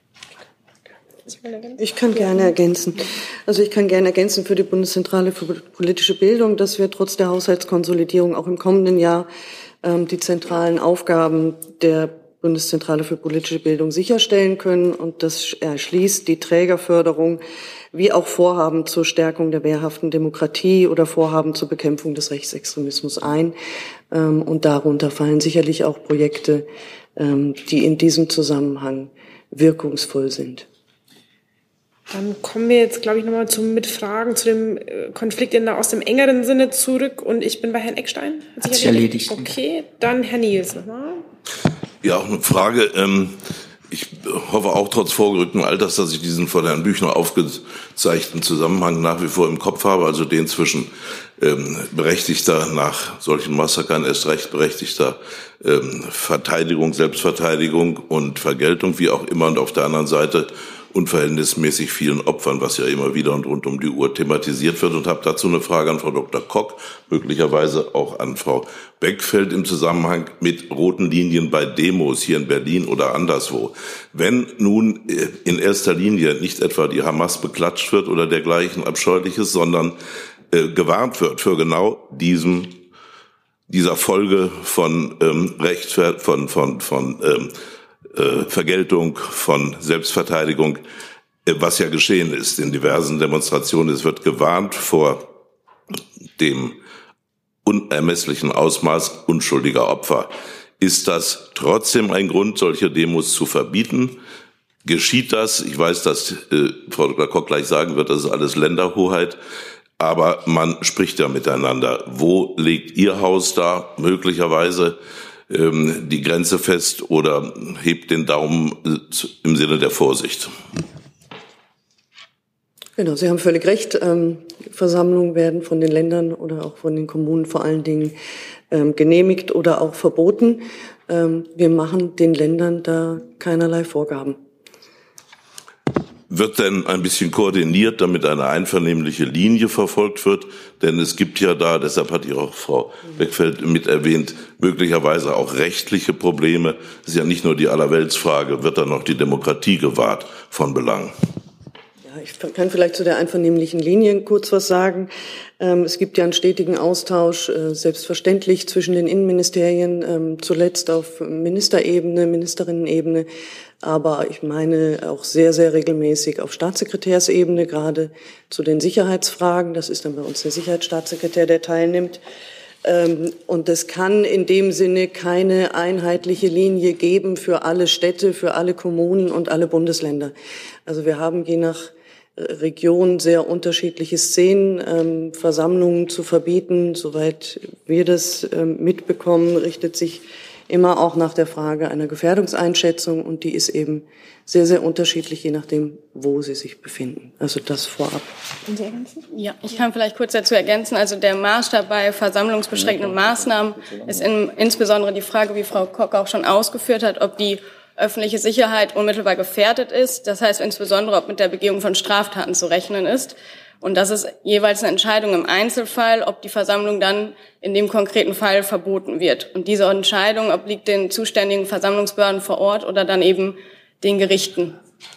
Ich kann gerne ergänzen. Also ich kann gerne ergänzen für die Bundeszentrale für politische Bildung, dass wir trotz der Haushaltskonsolidierung auch im kommenden Jahr die zentralen Aufgaben der Bundeszentrale für politische Bildung sicherstellen können. Und das erschließt die Trägerförderung wie auch Vorhaben zur Stärkung der wehrhaften Demokratie oder Vorhaben zur Bekämpfung des Rechtsextremismus ein. Und darunter fallen sicherlich auch Projekte, die in diesem Zusammenhang wirkungsvoll sind. Dann kommen wir jetzt, glaube ich, nochmal mit Fragen zu dem Konflikt aus dem engeren Sinne zurück. Und ich bin bei Herrn Eckstein. Hat sich erledigt. Okay, dann Herr Niels nochmal. Ja, auch eine Frage. Ich hoffe auch trotz vorgerückten Alters, dass ich diesen von Herrn Büchner aufgezeichneten Zusammenhang nach wie vor im Kopf habe, also den zwischen berechtigter, nach solchen Massakern erst recht berechtigter Verteidigung, Selbstverteidigung und Vergeltung, wie auch immer, und auf der anderen Seite unverhältnismäßig vielen Opfern, was ja immer wieder und rund um die Uhr thematisiert wird, und habe dazu eine Frage an Frau Dr. Kock, möglicherweise auch an Frau Beckfeld im Zusammenhang mit roten Linien bei Demos hier in Berlin oder anderswo. Wenn nun in erster Linie nicht etwa die Hamas beklatscht wird oder dergleichen Abscheuliches, sondern gewarnt wird für genau dieser Folge von Vergeltung, von Selbstverteidigung, was ja geschehen ist in diversen Demonstrationen. Es wird gewarnt vor dem unermesslichen Ausmaß unschuldiger Opfer. Ist das trotzdem ein Grund, solche Demos zu verbieten? Geschieht das? Ich weiß, dass Frau Dr. Kock gleich sagen wird, das ist alles Länderhoheit. Aber man spricht ja miteinander. Wo legt Ihr Haus da möglicherweise die Grenze fest oder hebt den Daumen im Sinne der Vorsicht? Genau, Sie haben völlig recht. Versammlungen werden von den Ländern oder auch von den Kommunen vor allen Dingen genehmigt oder auch verboten. Wir machen den Ländern da keinerlei Vorgaben. Wird denn ein bisschen koordiniert, damit eine einvernehmliche Linie verfolgt wird? Denn es gibt ja da, deshalb hat Ihre Frau Beckfeld mit erwähnt, möglicherweise auch rechtliche Probleme. Es ist ja nicht nur die Allerweltsfrage, wird da noch die Demokratie gewahrt von Belang? Ja, ich kann vielleicht zu der einvernehmlichen Linie kurz was sagen. Es gibt ja einen stetigen Austausch, selbstverständlich zwischen den Innenministerien, zuletzt auf Ministerebene, Ministerinnenebene, aber ich meine auch sehr, sehr regelmäßig auf Staatssekretärsebene, gerade zu den Sicherheitsfragen. Das ist dann bei uns der Sicherheitsstaatssekretär, der teilnimmt. Und es kann in dem Sinne keine einheitliche Linie geben für alle Städte, für alle Kommunen und alle Bundesländer. Also wir haben je nach Region sehr unterschiedliche Szenen, Versammlungen zu verbieten. Soweit wir das mitbekommen, richtet sich immer auch nach der Frage einer Gefährdungseinschätzung und die ist eben sehr, sehr unterschiedlich, je nachdem, wo sie sich befinden. Also das vorab. Ja, ich kann vielleicht kurz dazu ergänzen. Also der Maßstab bei versammlungsbeschränkenden Maßnahmen ist insbesondere die Frage, wie Frau Kock auch schon ausgeführt hat, ob die öffentliche Sicherheit unmittelbar gefährdet ist. Das heißt insbesondere, ob mit der Begehung von Straftaten zu rechnen ist. Und das ist jeweils eine Entscheidung im Einzelfall, ob die Versammlung dann in dem konkreten Fall verboten wird. Und diese Entscheidung obliegt den zuständigen Versammlungsbehörden vor Ort oder dann eben den Gerichten.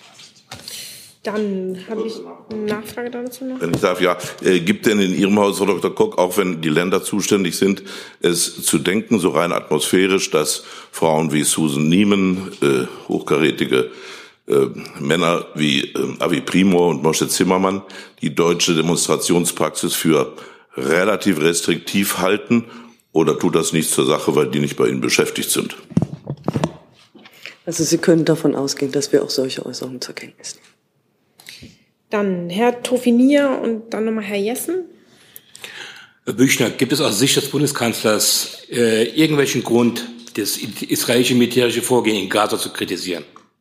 Dann habe ich eine Nachfrage dazu noch. Wenn ich darf, ja. Gibt denn in Ihrem Haus, Frau Dr. Kock, auch wenn die Länder zuständig sind, es zu denken, so rein atmosphärisch, dass Frauen wie Susan Neiman, hochkarätige Männer wie Avi Primo und Moshe Zimmermann die deutsche Demonstrationspraxis für relativ restriktiv halten? Oder tut das nichts zur Sache, weil die nicht bei Ihnen beschäftigt sind? Also Sie können davon ausgehen, dass wir auch solche Äußerungen zur Kenntnis nehmen. Dann Herr Tofinier und dann nochmal Herr Jessen. Herr Büchner, gibt es aus Sicht des Bundeskanzlers irgendwelchen Grund, das israelische militärische Vorgehen in Gaza zu kritisieren?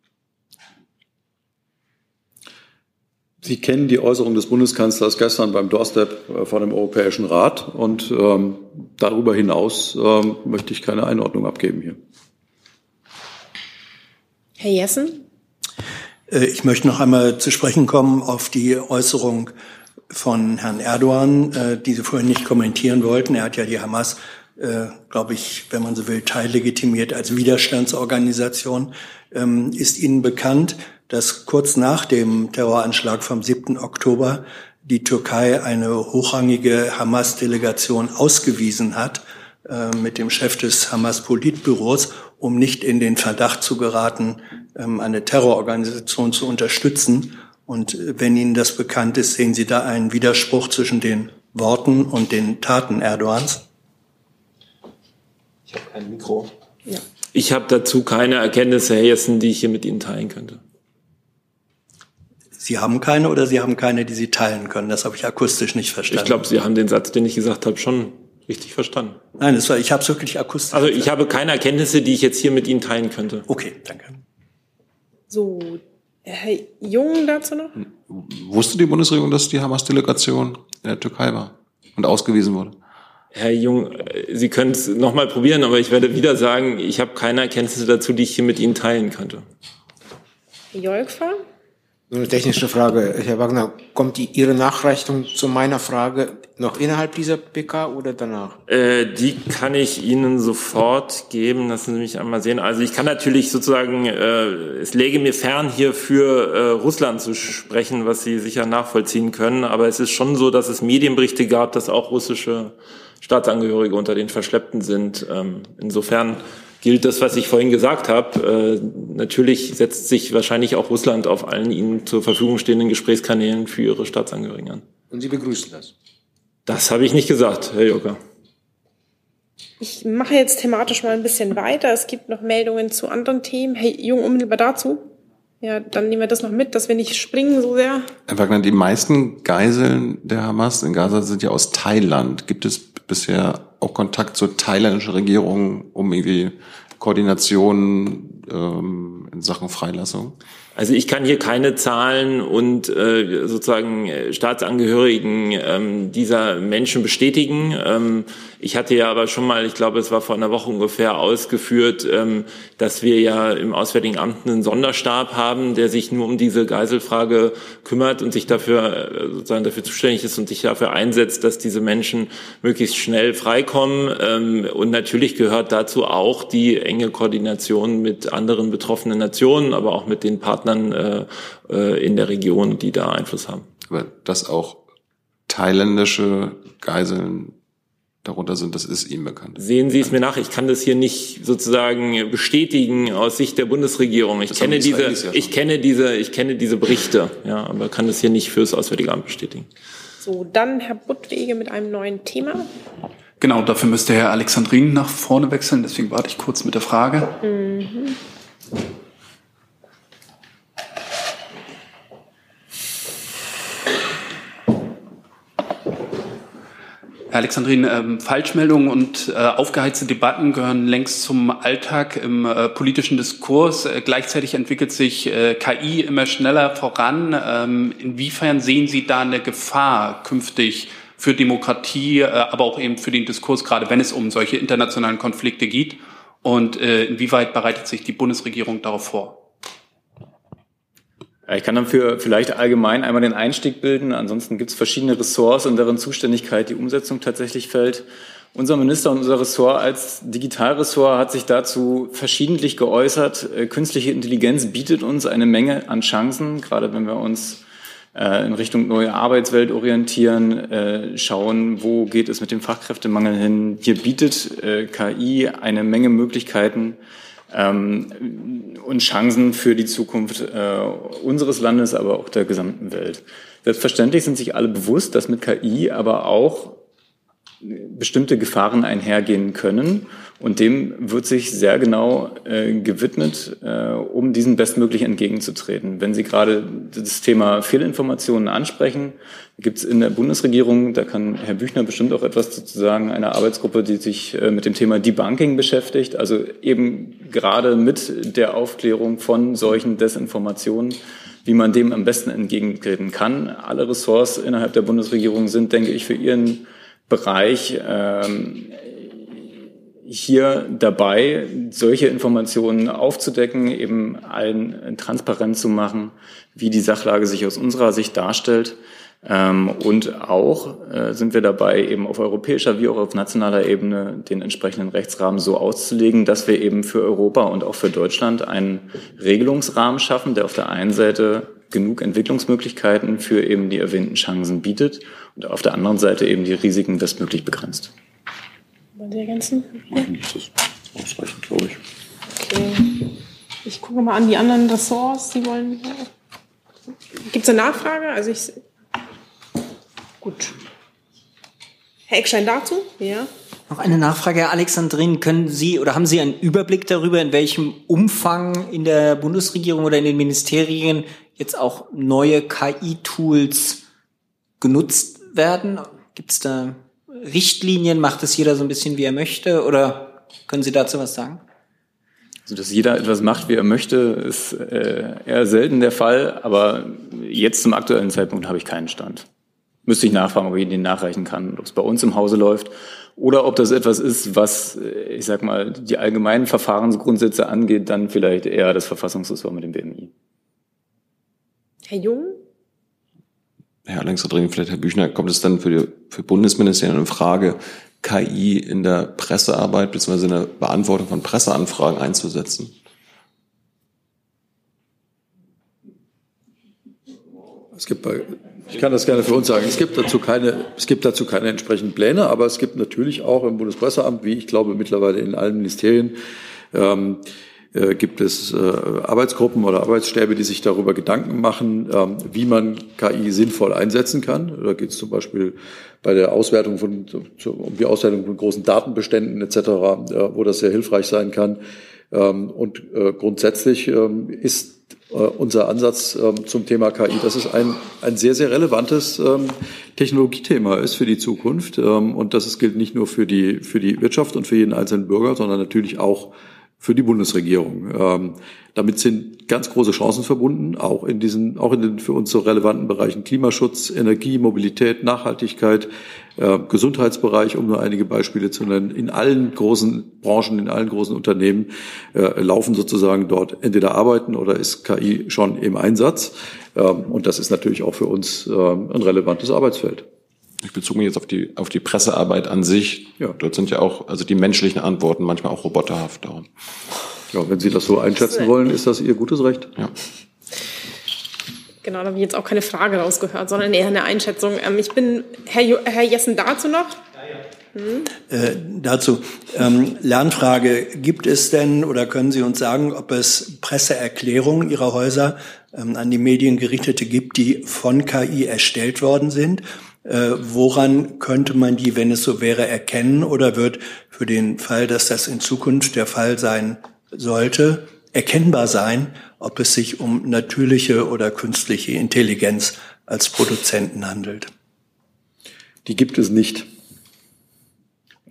Sie kennen die Äußerung des Bundeskanzlers gestern beim Doorstep vor dem Europäischen Rat und darüber hinaus möchte ich keine Einordnung abgeben hier. Herr Jessen? Ich möchte noch einmal zu sprechen kommen auf die Äußerung von Herrn Erdogan, die Sie vorhin nicht kommentieren wollten. Er hat ja die Hamas, glaube ich, wenn man so will, teillegitimiert als Widerstandsorganisation. Ist Ihnen bekannt, dass kurz nach dem Terroranschlag vom 7. Oktober die Türkei eine hochrangige Hamas-Delegation ausgewiesen hat mit dem Chef des Hamas-Politbüros, um nicht in den Verdacht zu geraten, eine Terrororganisation zu unterstützen. Und wenn Ihnen das bekannt ist, sehen Sie da einen Widerspruch zwischen den Worten und den Taten Erdogans? Ich habe kein Mikro. Ja. Ich habe dazu keine Erkenntnisse, Herr Jessen, die ich hier mit Ihnen teilen könnte. Sie haben keine oder Sie haben keine, die Sie teilen können? Das habe ich akustisch nicht verstanden. Ich glaube, Sie haben den Satz, den ich gesagt habe, schon richtig verstanden. Nein, ich habe es wirklich akustisch. Also ich habe keine Erkenntnisse, die ich jetzt hier mit Ihnen teilen könnte. Okay, danke. So, Herr Jung dazu noch? Wusste die Bundesregierung, dass die Hamas-Delegation in der Türkei war und ausgewiesen wurde? Herr Jung, Sie können es nochmal probieren, aber ich werde wieder sagen, ich habe keine Erkenntnisse dazu, die ich hier mit Ihnen teilen könnte. Herr Jolkfer? So eine technische Frage. Herr Wagner, kommt Ihre Nachreichung zu meiner Frage noch innerhalb dieser PK oder danach? Die kann ich Ihnen sofort geben. Lassen Sie mich einmal sehen. Also ich kann natürlich sozusagen, es läge mir fern, hier für Russland zu sprechen, was Sie sicher nachvollziehen können. Aber es ist schon so, dass es Medienberichte gab, dass auch russische Staatsangehörige unter den Verschleppten sind. Insofern gilt das, was ich vorhin gesagt habe. Natürlich setzt sich wahrscheinlich auch Russland auf allen ihnen zur Verfügung stehenden Gesprächskanälen für ihre Staatsangehörigen an. Und Sie begrüßen das? Das habe ich nicht gesagt, Herr Jocker. Ich mache jetzt thematisch mal ein bisschen weiter. Es gibt noch Meldungen zu anderen Themen. Herr Jung, unmittelbar dazu? Ja, dann nehmen wir das noch mit, dass wir nicht springen so sehr. Herr Wagner, die meisten Geiseln der Hamas in Gaza sind ja aus Thailand. Gibt es bisher auch Kontakt zur thailändischen Regierung, um irgendwie Koordination in Sachen Freilassung? Also ich kann hier keine Zahlen und sozusagen Staatsangehörigen dieser Menschen bestätigen. Ich hatte ja aber schon mal, ich glaube, es war vor einer Woche ungefähr ausgeführt, dass wir ja im Auswärtigen Amt einen Sonderstab haben, der sich nur um diese Geiselfrage kümmert und sich dafür sozusagen dafür zuständig ist und sich dafür einsetzt, dass diese Menschen möglichst schnell freikommen. Und natürlich gehört dazu auch die enge Koordination mit anderen betroffenen Nationen, aber auch mit den Partnern in der Region, die da Einfluss haben. Aber dass auch thailändische Geiseln darunter sind, das ist Ihnen bekannt. Sehen Sie es mir nach. Ich kann das hier nicht sozusagen bestätigen aus Sicht der Bundesregierung. Ich kenne diese Berichte, ja, aber kann das hier nicht fürs Auswärtige Amt bestätigen. So, dann Herr Buttwege mit einem neuen Thema. Genau, dafür müsste Herr Alexandrin nach vorne wechseln. Deswegen warte ich kurz mit der Frage. Herr Alexandrin, Falschmeldungen und aufgeheizte Debatten gehören längst zum Alltag im politischen Diskurs. Gleichzeitig entwickelt sich KI immer schneller voran. Inwiefern sehen Sie da eine Gefahr künftig für Demokratie, aber auch eben für den Diskurs, gerade wenn es um solche internationalen Konflikte geht? Und inwieweit bereitet sich die Bundesregierung darauf vor? Ich kann dafür vielleicht allgemein einmal den Einstieg bilden. Ansonsten gibt es verschiedene Ressorts, in deren Zuständigkeit die Umsetzung tatsächlich fällt. Unser Minister und unser Ressort als Digitalressort hat sich dazu verschiedentlich geäußert. Künstliche Intelligenz bietet uns eine Menge an Chancen, gerade wenn wir uns in Richtung neue Arbeitswelt orientieren, schauen, wo geht es mit dem Fachkräftemangel hin. Hier bietet KI eine Menge Möglichkeiten und Chancen für die Zukunft unseres Landes, aber auch der gesamten Welt. Selbstverständlich sind sich alle bewusst, dass mit KI aber auch bestimmte Gefahren einhergehen können. Und dem wird sich sehr genau gewidmet, um diesen bestmöglich entgegenzutreten. Wenn Sie gerade das Thema Fehlinformationen ansprechen, gibt es in der Bundesregierung, da kann Herr Büchner bestimmt auch etwas dazu sagen, eine Arbeitsgruppe, die sich mit dem Thema Debunking beschäftigt, also eben gerade mit der Aufklärung von solchen Desinformationen, wie man dem am besten entgegentreten kann. Alle Ressorts innerhalb der Bundesregierung sind, denke ich, für ihren Bereich hier dabei, solche Informationen aufzudecken, eben allen transparent zu machen, wie die Sachlage sich aus unserer Sicht darstellt. Und auch sind wir dabei, eben auf europäischer wie auch auf nationaler Ebene den entsprechenden Rechtsrahmen so auszulegen, dass wir eben für Europa und auch für Deutschland einen Regelungsrahmen schaffen, der auf der einen Seite genug Entwicklungsmöglichkeiten für eben die erwähnten Chancen bietet und auf der anderen Seite eben die Risiken bestmöglich begrenzt. Wollen Sie ergänzen? Das ist ausreichend, glaube ich. Okay. Ich gucke mal an die anderen Ressorts. Sie wollen. Gibt es eine Nachfrage? Gut. Herr Eckstein dazu? Ja. Noch eine Nachfrage, Herr Alexandrin. Können Sie oder haben Sie einen Überblick darüber, in welchem Umfang in der Bundesregierung oder in den Ministerien jetzt auch neue KI-Tools genutzt werden? Gibt es da Richtlinien? Macht es jeder so ein bisschen, wie er möchte? Oder können Sie dazu was sagen? Also, dass jeder etwas macht, wie er möchte, ist eher selten der Fall. Aber jetzt zum aktuellen Zeitpunkt habe ich keinen Stand. Müsste ich nachfragen, ob ich den nachreichen kann, ob es bei uns im Hause läuft oder ob das etwas ist, was, ich sag mal, die allgemeinen Verfahrensgrundsätze angeht, dann vielleicht eher das Verfassungsressort mit dem BMI. Herr Jung? Herr Alexandrin, vielleicht Herr Büchner, kommt es dann für Bundesministerien in Frage, KI in der Pressearbeit bzw. in der Beantwortung von Presseanfragen einzusetzen? Ich kann das gerne für uns sagen. Es gibt dazu keine entsprechenden Pläne, aber es gibt natürlich auch im Bundespresseamt, wie ich glaube mittlerweile in allen Ministerien, gibt es Arbeitsgruppen oder Arbeitsstäbe, die sich darüber Gedanken machen, wie man KI sinnvoll einsetzen kann. Da geht es zum Beispiel bei der Auswertung um die Auswertung von großen Datenbeständen etc., wo das sehr hilfreich sein kann. Und grundsätzlich ist unser Ansatz zum Thema KI, dass es ein sehr, sehr relevantes Technologiethema ist für die Zukunft. Und das gilt nicht nur für die Wirtschaft und für jeden einzelnen Bürger, sondern natürlich auch für die Bundesregierung. Damit sind ganz große Chancen verbunden, auch in den für uns so relevanten Bereichen Klimaschutz, Energie, Mobilität, Nachhaltigkeit, Gesundheitsbereich, um nur einige Beispiele zu nennen. In allen großen Branchen, in allen großen Unternehmen laufen sozusagen dort entweder Arbeiten oder ist KI schon im Einsatz. Und das ist natürlich auch für uns ein relevantes Arbeitsfeld. Ich bezog mich jetzt auf die Pressearbeit an sich. Ja. Dort sind ja auch, also die menschlichen Antworten manchmal auch roboterhaft. Ja, wenn Sie das so einschätzen wollen, ist das Ihr gutes Recht. Ja. Genau, da habe ich jetzt auch keine Frage rausgehört, sondern eher eine Einschätzung. Ich bin Herr Jessen dazu noch. Dazu Lernfrage. Gibt es denn oder können Sie uns sagen, ob es Presseerklärungen Ihrer Häuser an die Medien gerichtete gibt, die von KI erstellt worden sind? Woran könnte man die, wenn es so wäre, erkennen oder wird für den Fall, dass das in Zukunft der Fall sein sollte, erkennbar sein, ob es sich um natürliche oder künstliche Intelligenz als Produzenten handelt? Die gibt es nicht.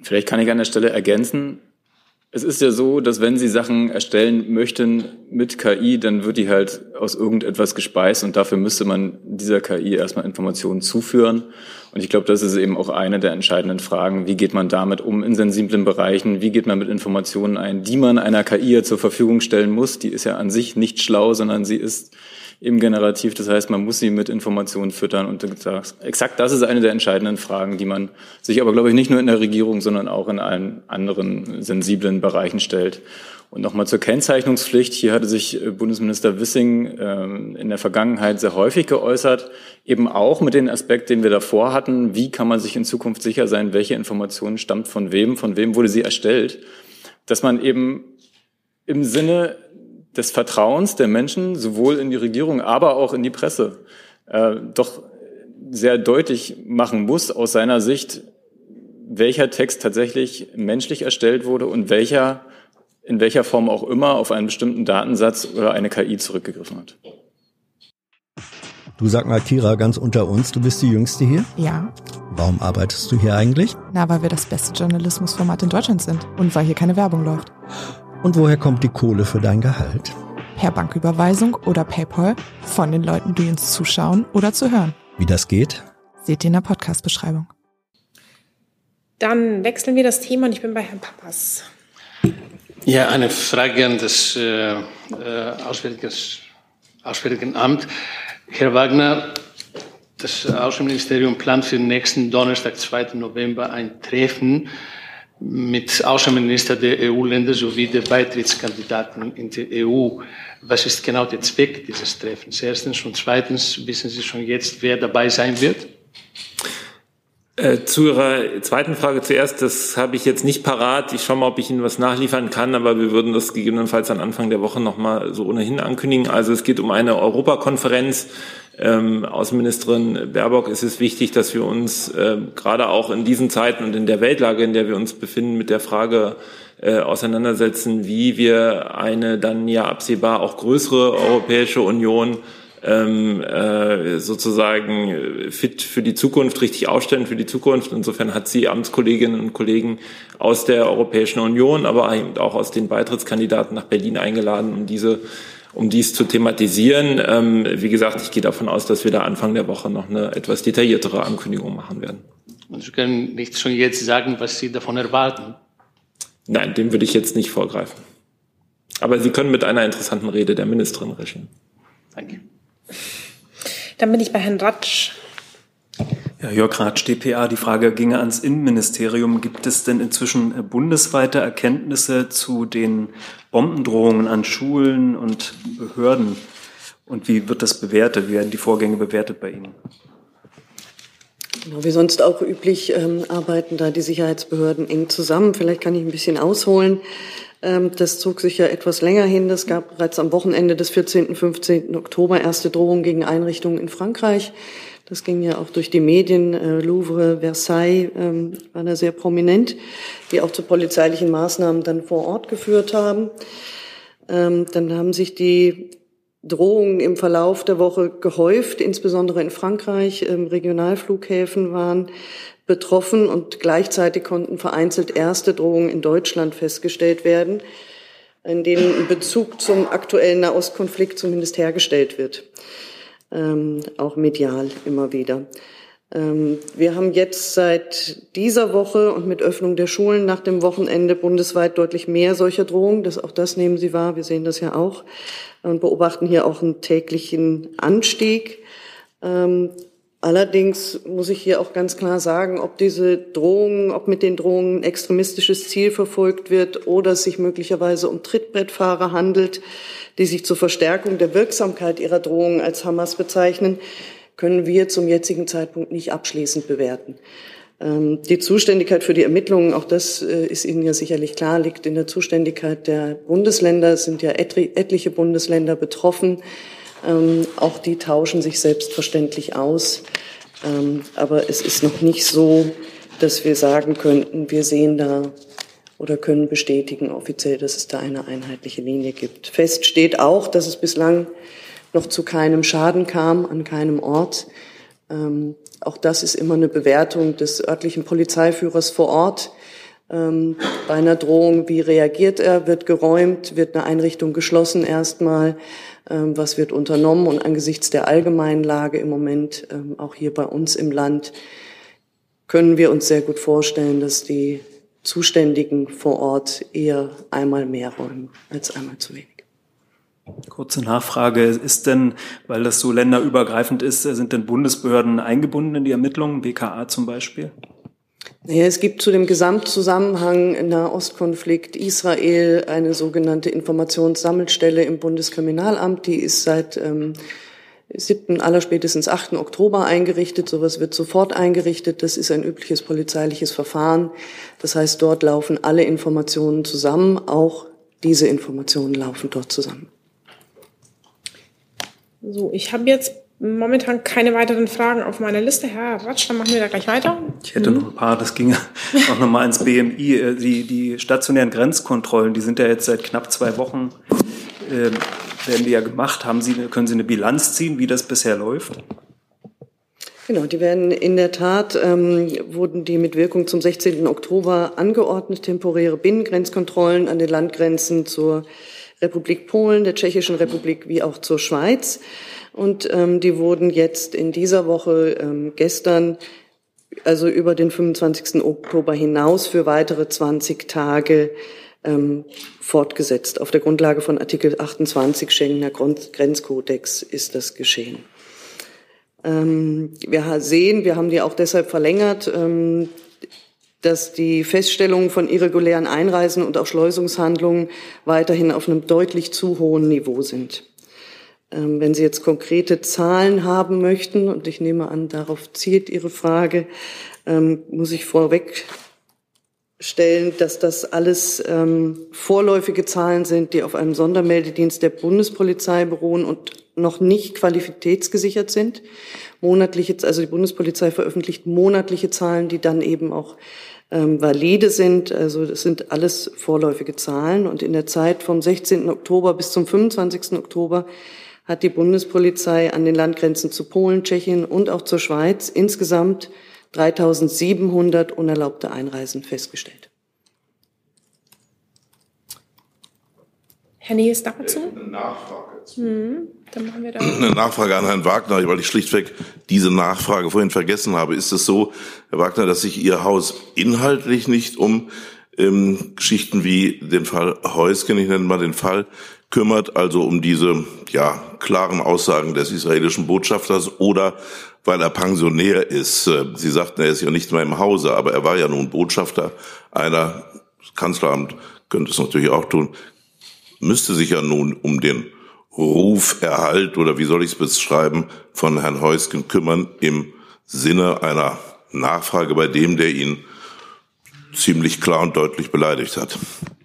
Vielleicht kann ich an der Stelle ergänzen, es ist ja so, dass wenn Sie Sachen erstellen möchten mit KI, dann wird die halt aus irgendetwas gespeist und dafür müsste man dieser KI erstmal Informationen zuführen. Und ich glaube, das ist eben auch eine der entscheidenden Fragen. Wie geht man damit um in sensiblen Bereichen? Wie geht man mit Informationen ein, die man einer KI zur Verfügung stellen muss? Die ist ja an sich nicht schlau, sondern sie ist eben generativ. Das heißt, man muss sie mit Informationen füttern. Und exakt das ist eine der entscheidenden Fragen, die man sich aber, glaube ich, nicht nur in der Regierung, sondern auch in allen anderen sensiblen Bereichen stellt. Und nochmal zur Kennzeichnungspflicht. Hier hatte sich Bundesminister Wissing in der Vergangenheit sehr häufig geäußert, eben auch mit dem Aspekt, den wir davor hatten. Wie kann man sich in Zukunft sicher sein, welche Information stammt von wem wurde sie erstellt? Dass man eben im Sinne des Vertrauens der Menschen, sowohl in die Regierung, aber auch in die Presse, doch sehr deutlich machen muss aus seiner Sicht, welcher Text tatsächlich menschlich erstellt wurde und in welcher Form auch immer auf einen bestimmten Datensatz oder eine KI zurückgegriffen hat. Du, sag mal, Kira, ganz unter uns, du bist die Jüngste hier? Ja. Warum arbeitest du hier eigentlich? Na, weil wir das beste Journalismusformat in Deutschland sind und weil hier keine Werbung läuft. Und woher kommt die Kohle für dein Gehalt? Per Banküberweisung oder PayPal von den Leuten, die uns zuschauen oder zu hören. Wie das geht? Seht ihr in der Podcast-Beschreibung. Dann wechseln wir das Thema und ich bin bei Herrn Pappas. Ja, eine Frage an das Auswärtigen Amt. Herr Wagner, das Außenministerium plant für den nächsten Donnerstag, 2. November, ein Treffen mit Außenministern der EU-Länder sowie der Beitrittskandidaten in der EU. Was ist genau der Zweck dieses Treffens? Erstens und zweitens, wissen Sie schon jetzt, wer dabei sein wird? Zu Ihrer zweiten Frage zuerst, das habe ich jetzt nicht parat. Ich schaue mal, ob ich Ihnen was nachliefern kann, aber wir würden das gegebenenfalls an Anfang der Woche nochmal so ohnehin ankündigen. Also es geht um eine Europakonferenz. Außenministerin Baerbock, ist es wichtig, dass wir uns gerade auch in diesen Zeiten und in der Weltlage, in der wir uns befinden, mit der Frage auseinandersetzen, wie wir eine dann ja absehbar auch größere Europäische Union sozusagen fit für die Zukunft, richtig aufstellen für die Zukunft. Insofern hat sie Amtskolleginnen und Kollegen aus der Europäischen Union, aber eben auch aus den Beitrittskandidaten nach Berlin eingeladen, um dies zu thematisieren. Wie gesagt, ich gehe davon aus, dass wir da Anfang der Woche noch eine etwas detailliertere Ankündigung machen werden. Und Sie können nicht schon jetzt sagen, was Sie davon erwarten? Nein, dem würde ich jetzt nicht vorgreifen. Aber Sie können mit einer interessanten Rede der Ministerin rechnen. Danke. Dann bin ich bei Herrn Ratsch. Ja, Jörg Ratsch, dpa. Die Frage ginge ans Innenministerium. Gibt es denn inzwischen bundesweite Erkenntnisse zu den Bombendrohungen an Schulen und Behörden? Und wie wird das bewertet? Wie werden die Vorgänge bewertet bei Ihnen? Genau, wie sonst auch üblich arbeiten da die Sicherheitsbehörden eng zusammen. Vielleicht kann ich ein bisschen ausholen. Das zog sich ja etwas länger hin. Es gab bereits am Wochenende des 14. 15. Oktober erste Drohungen gegen Einrichtungen in Frankreich. Das ging ja auch durch die Medien. Louvre, Versailles waren da sehr prominent, die auch zu polizeilichen Maßnahmen dann vor Ort geführt haben. Dann haben sich die Drohungen im Verlauf der Woche gehäuft, insbesondere in Frankreich. Regionalflughäfen waren betroffen und gleichzeitig konnten vereinzelt erste Drohungen in Deutschland festgestellt werden, in denen ein Bezug zum aktuellen Nahostkonflikt zumindest hergestellt wird, auch medial immer wieder. Wir haben jetzt seit dieser Woche und mit Öffnung der Schulen nach dem Wochenende bundesweit deutlich mehr solcher Drohungen. Auch das nehmen Sie wahr, wir sehen das ja auch und beobachten hier auch einen täglichen Anstieg. Allerdings muss ich hier auch ganz klar sagen, ob mit den Drohungen ein extremistisches Ziel verfolgt wird oder es sich möglicherweise um Trittbrettfahrer handelt, die sich zur Verstärkung der Wirksamkeit ihrer Drohungen als Hamas bezeichnen, können wir zum jetzigen Zeitpunkt nicht abschließend bewerten. Die Zuständigkeit für die Ermittlungen, auch das ist Ihnen ja sicherlich klar, liegt in der Zuständigkeit der Bundesländer. Es sind ja etliche Bundesländer betroffen. Auch die tauschen sich selbstverständlich aus. Aber es ist noch nicht so, dass wir sagen könnten, wir sehen da oder können bestätigen offiziell, dass es da eine einheitliche Linie gibt. Fest steht auch, dass es bislang noch zu keinem Schaden kam, an keinem Ort. Auch das ist immer eine Bewertung des örtlichen Polizeiführers vor Ort. Bei einer Drohung, wie reagiert er? Wird geräumt? Wird eine Einrichtung geschlossen erstmal? Was wird unternommen? Und angesichts der allgemeinen Lage im Moment, auch hier bei uns im Land, können wir uns sehr gut vorstellen, dass die Zuständigen vor Ort eher einmal mehr räumen als einmal zu wenig. Kurze Nachfrage. Ist denn, weil das so länderübergreifend ist, sind denn Bundesbehörden eingebunden in die Ermittlungen, BKA zum Beispiel? Naja, es gibt zu dem Gesamtzusammenhang Nahostkonflikt Israel eine sogenannte Informationssammelstelle im Bundeskriminalamt. Die ist seit 7. allerspätestens 8. Oktober eingerichtet. Sowas wird sofort eingerichtet. Das ist ein übliches polizeiliches Verfahren. Das heißt, dort laufen alle Informationen zusammen. Auch diese Informationen laufen dort zusammen. So, ich habe jetzt momentan keine weiteren Fragen auf meiner Liste. Herr Ratsch, dann machen wir da gleich weiter. Ich hätte noch ein paar, das ginge auch nochmal ins BMI. Die stationären Grenzkontrollen, die sind ja jetzt seit knapp 2 Wochen, werden die ja gemacht. Können Sie eine Bilanz ziehen, wie das bisher läuft? Genau, die werden in der Tat, wurden die mit Wirkung zum 16. Oktober angeordnet, temporäre Binnengrenzkontrollen an den Landgrenzen zur Republik Polen, der Tschechischen Republik wie auch zur Schweiz. Und die wurden jetzt in dieser Woche gestern, also über den 25. Oktober hinaus, für weitere 20 Tage fortgesetzt. Auf der Grundlage von Artikel 28 Schengener Grenzkodex ist das geschehen. Wir sehen, wir haben die auch deshalb verlängert, dass die Feststellungen von irregulären Einreisen und auch Schleusungshandlungen weiterhin auf einem deutlich zu hohen Niveau sind. Wenn Sie jetzt konkrete Zahlen haben möchten, und ich nehme an, darauf zielt Ihre Frage, muss ich vorweg stellen, dass das alles vorläufige Zahlen sind, die auf einem Sondermeldedienst der Bundespolizei beruhen und noch nicht qualitätsgesichert sind. Monatliche, also die Bundespolizei veröffentlicht monatliche Zahlen, die dann eben auch valide sind. Also das sind alles vorläufige Zahlen. Und in der Zeit vom 16. Oktober bis zum 25. Oktober hat die Bundespolizei an den Landgrenzen zu Polen, Tschechien und auch zur Schweiz insgesamt 3.700 unerlaubte Einreisen festgestellt. Herr Nies dazu? Eine Nachfrage. Dann machen wir da. Eine Nachfrage an Herrn Wagner, weil ich schlichtweg diese Nachfrage vorhin vergessen habe. Ist es so, Herr Wagner, dass sich Ihr Haus inhaltlich nicht um Geschichten wie den Fall Heusgen, ich nenne mal den Fall, kümmert, also um diese klaren Aussagen des israelischen Botschafters, oder weil er Pensionär ist? Sie sagten, er ist ja nicht mehr im Hause, aber er war ja nun Botschafter einer, das Kanzleramt könnte es natürlich auch tun, müsste sich ja nun um den Ruferhalt, oder wie soll ich es beschreiben, von Herrn Heusgen kümmern, im Sinne einer Nachfrage bei dem, der ihn ziemlich klar und deutlich beleidigt hat.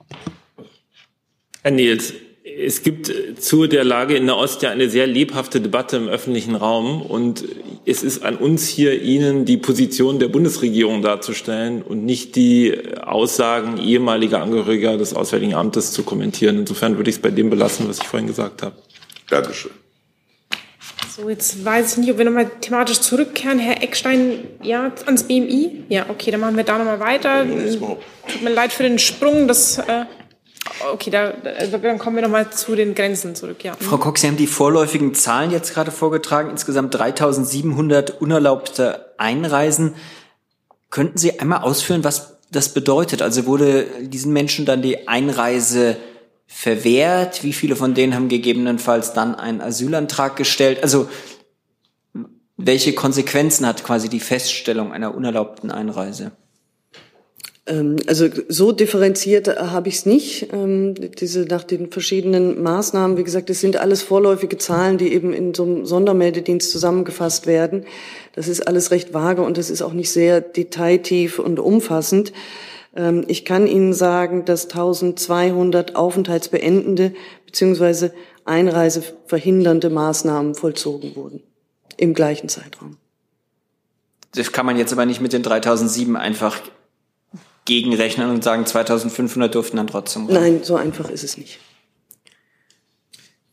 Herr Niels, es gibt zu der Lage in Nahost ja eine sehr lebhafte Debatte im öffentlichen Raum, und es ist an uns hier, Ihnen die Position der Bundesregierung darzustellen und nicht die Aussagen ehemaliger Angehöriger des Auswärtigen Amtes zu kommentieren. Insofern würde ich es bei dem belassen, was ich vorhin gesagt habe. Dankeschön. So, jetzt weiß ich nicht, ob wir nochmal thematisch zurückkehren. Herr Eckstein, ja, ans BMI? Ja, okay, dann machen wir da nochmal weiter. Tut mir leid für den Sprung, okay, dann kommen wir nochmal zu den Grenzen zurück, ja. Frau Koch, Sie haben die vorläufigen Zahlen jetzt gerade vorgetragen, insgesamt 3.700 unerlaubte Einreisen. Könnten Sie einmal ausführen, was das bedeutet? Also wurde diesen Menschen dann die Einreise verwehrt? Wie viele von denen haben gegebenenfalls dann einen Asylantrag gestellt? Also welche Konsequenzen hat quasi die Feststellung einer unerlaubten Einreise? Also so differenziert habe ich es nicht. Nach den verschiedenen Maßnahmen, wie gesagt, das sind alles vorläufige Zahlen, die eben in so einem Sondermeldedienst zusammengefasst werden. Das ist alles recht vage und das ist auch nicht sehr detailtief und umfassend. Ich kann Ihnen sagen, dass 1.200 aufenthaltsbeendende bzw. einreiseverhindernde Maßnahmen vollzogen wurden im gleichen Zeitraum. Das kann man jetzt aber nicht mit den 3.007 einfach gegenrechnen und sagen, 2.500 durften dann trotzdem rein. Nein, so einfach ist es nicht.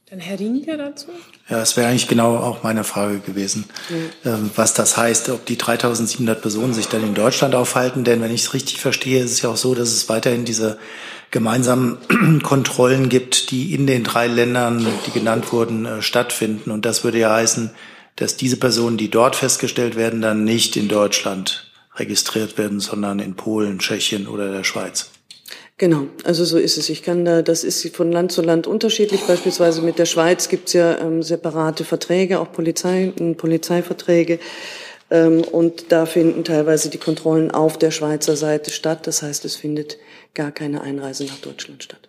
Dann Herr Rinke dazu. Ja, das wäre eigentlich genau auch meine Frage gewesen, was das heißt, ob die 3.700 Personen sich dann in Deutschland aufhalten. Denn wenn ich es richtig verstehe, ist es ja auch so, dass es weiterhin diese gemeinsamen Kontrollen gibt, die in den 3 Ländern, die genannt wurden, stattfinden. Und das würde ja heißen, dass diese Personen, die dort festgestellt werden, dann nicht in Deutschland registriert werden, sondern in Polen, Tschechien oder der Schweiz. Genau, also so ist es. Das ist von Land zu Land unterschiedlich. Beispielsweise mit der Schweiz gibt es ja separate Verträge, auch Polizeiverträge. Und da finden teilweise die Kontrollen auf der Schweizer Seite statt. Das heißt, es findet gar keine Einreise nach Deutschland statt.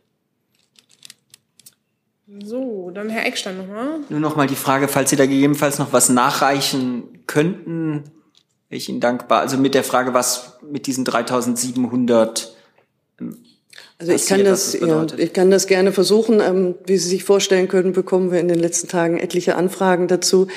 So, dann Herr Eckstein nochmal. Nur nochmal die Frage, falls Sie da gegebenenfalls noch was nachreichen könnten, wäre ich Ihnen dankbar. Also mit der Frage, was mit diesen 3.700 Also ich kann das gerne versuchen. Wie Sie sich vorstellen können, bekommen wir in den letzten Tagen etliche Anfragen dazu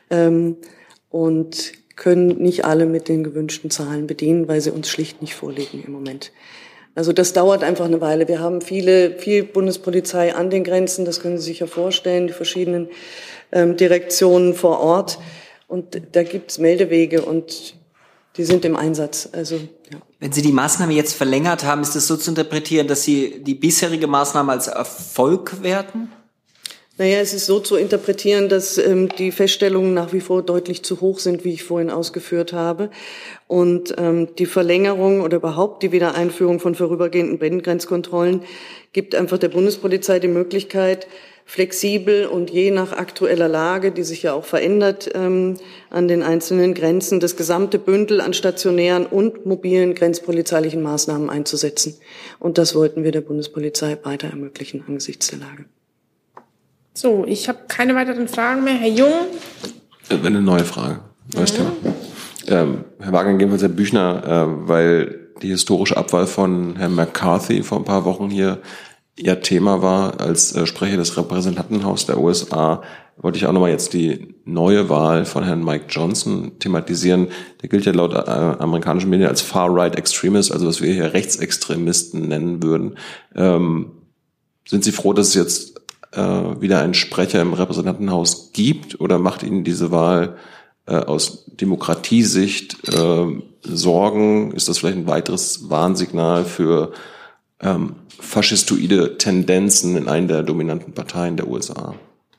und können nicht alle mit den gewünschten Zahlen bedienen, weil sie uns schlicht nicht vorliegen im Moment. Also das dauert einfach eine Weile. Wir haben viel Bundespolizei an den Grenzen, das können Sie sich ja vorstellen, die verschiedenen Direktionen vor Ort. Und da gibt's Meldewege und die sind im Einsatz. Also, ja. Wenn Sie die Maßnahme jetzt verlängert haben, ist es so zu interpretieren, dass Sie die bisherige Maßnahme als Erfolg werten? Naja, es ist so zu interpretieren, dass die Feststellungen nach wie vor deutlich zu hoch sind, wie ich vorhin ausgeführt habe. Und die Verlängerung oder überhaupt die Wiedereinführung von vorübergehenden Binnengrenzkontrollen gibt einfach der Bundespolizei die Möglichkeit, flexibel und je nach aktueller Lage, die sich ja auch verändert an den einzelnen Grenzen, das gesamte Bündel an stationären und mobilen grenzpolizeilichen Maßnahmen einzusetzen. Und das wollten wir der Bundespolizei weiter ermöglichen angesichts der Lage. So, ich habe keine weiteren Fragen mehr. Herr Jung? Eine neue Frage, neues Thema. Herr Wagner, gegebenenfalls Herr Büchner, weil die historische Abwahl von Herrn McCarthy vor ein paar Wochen hier ja Thema war als Sprecher des Repräsentantenhauses der USA, wollte ich auch nochmal jetzt die neue Wahl von Herrn Mike Johnson thematisieren. Der gilt ja laut amerikanischen Medien als Far-Right Extremist, also was wir hier Rechtsextremisten nennen würden. Sind Sie froh, dass es jetzt wieder einen Sprecher im Repräsentantenhaus gibt, oder macht Ihnen diese Wahl aus Demokratiesicht Sorgen? Ist das vielleicht ein weiteres Warnsignal für faschistoide Tendenzen in einer der dominanten Parteien der USA?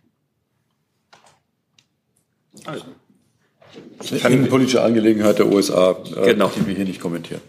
Also, eine innenpolitische Angelegenheit der USA, genau, die wir hier nicht kommentieren.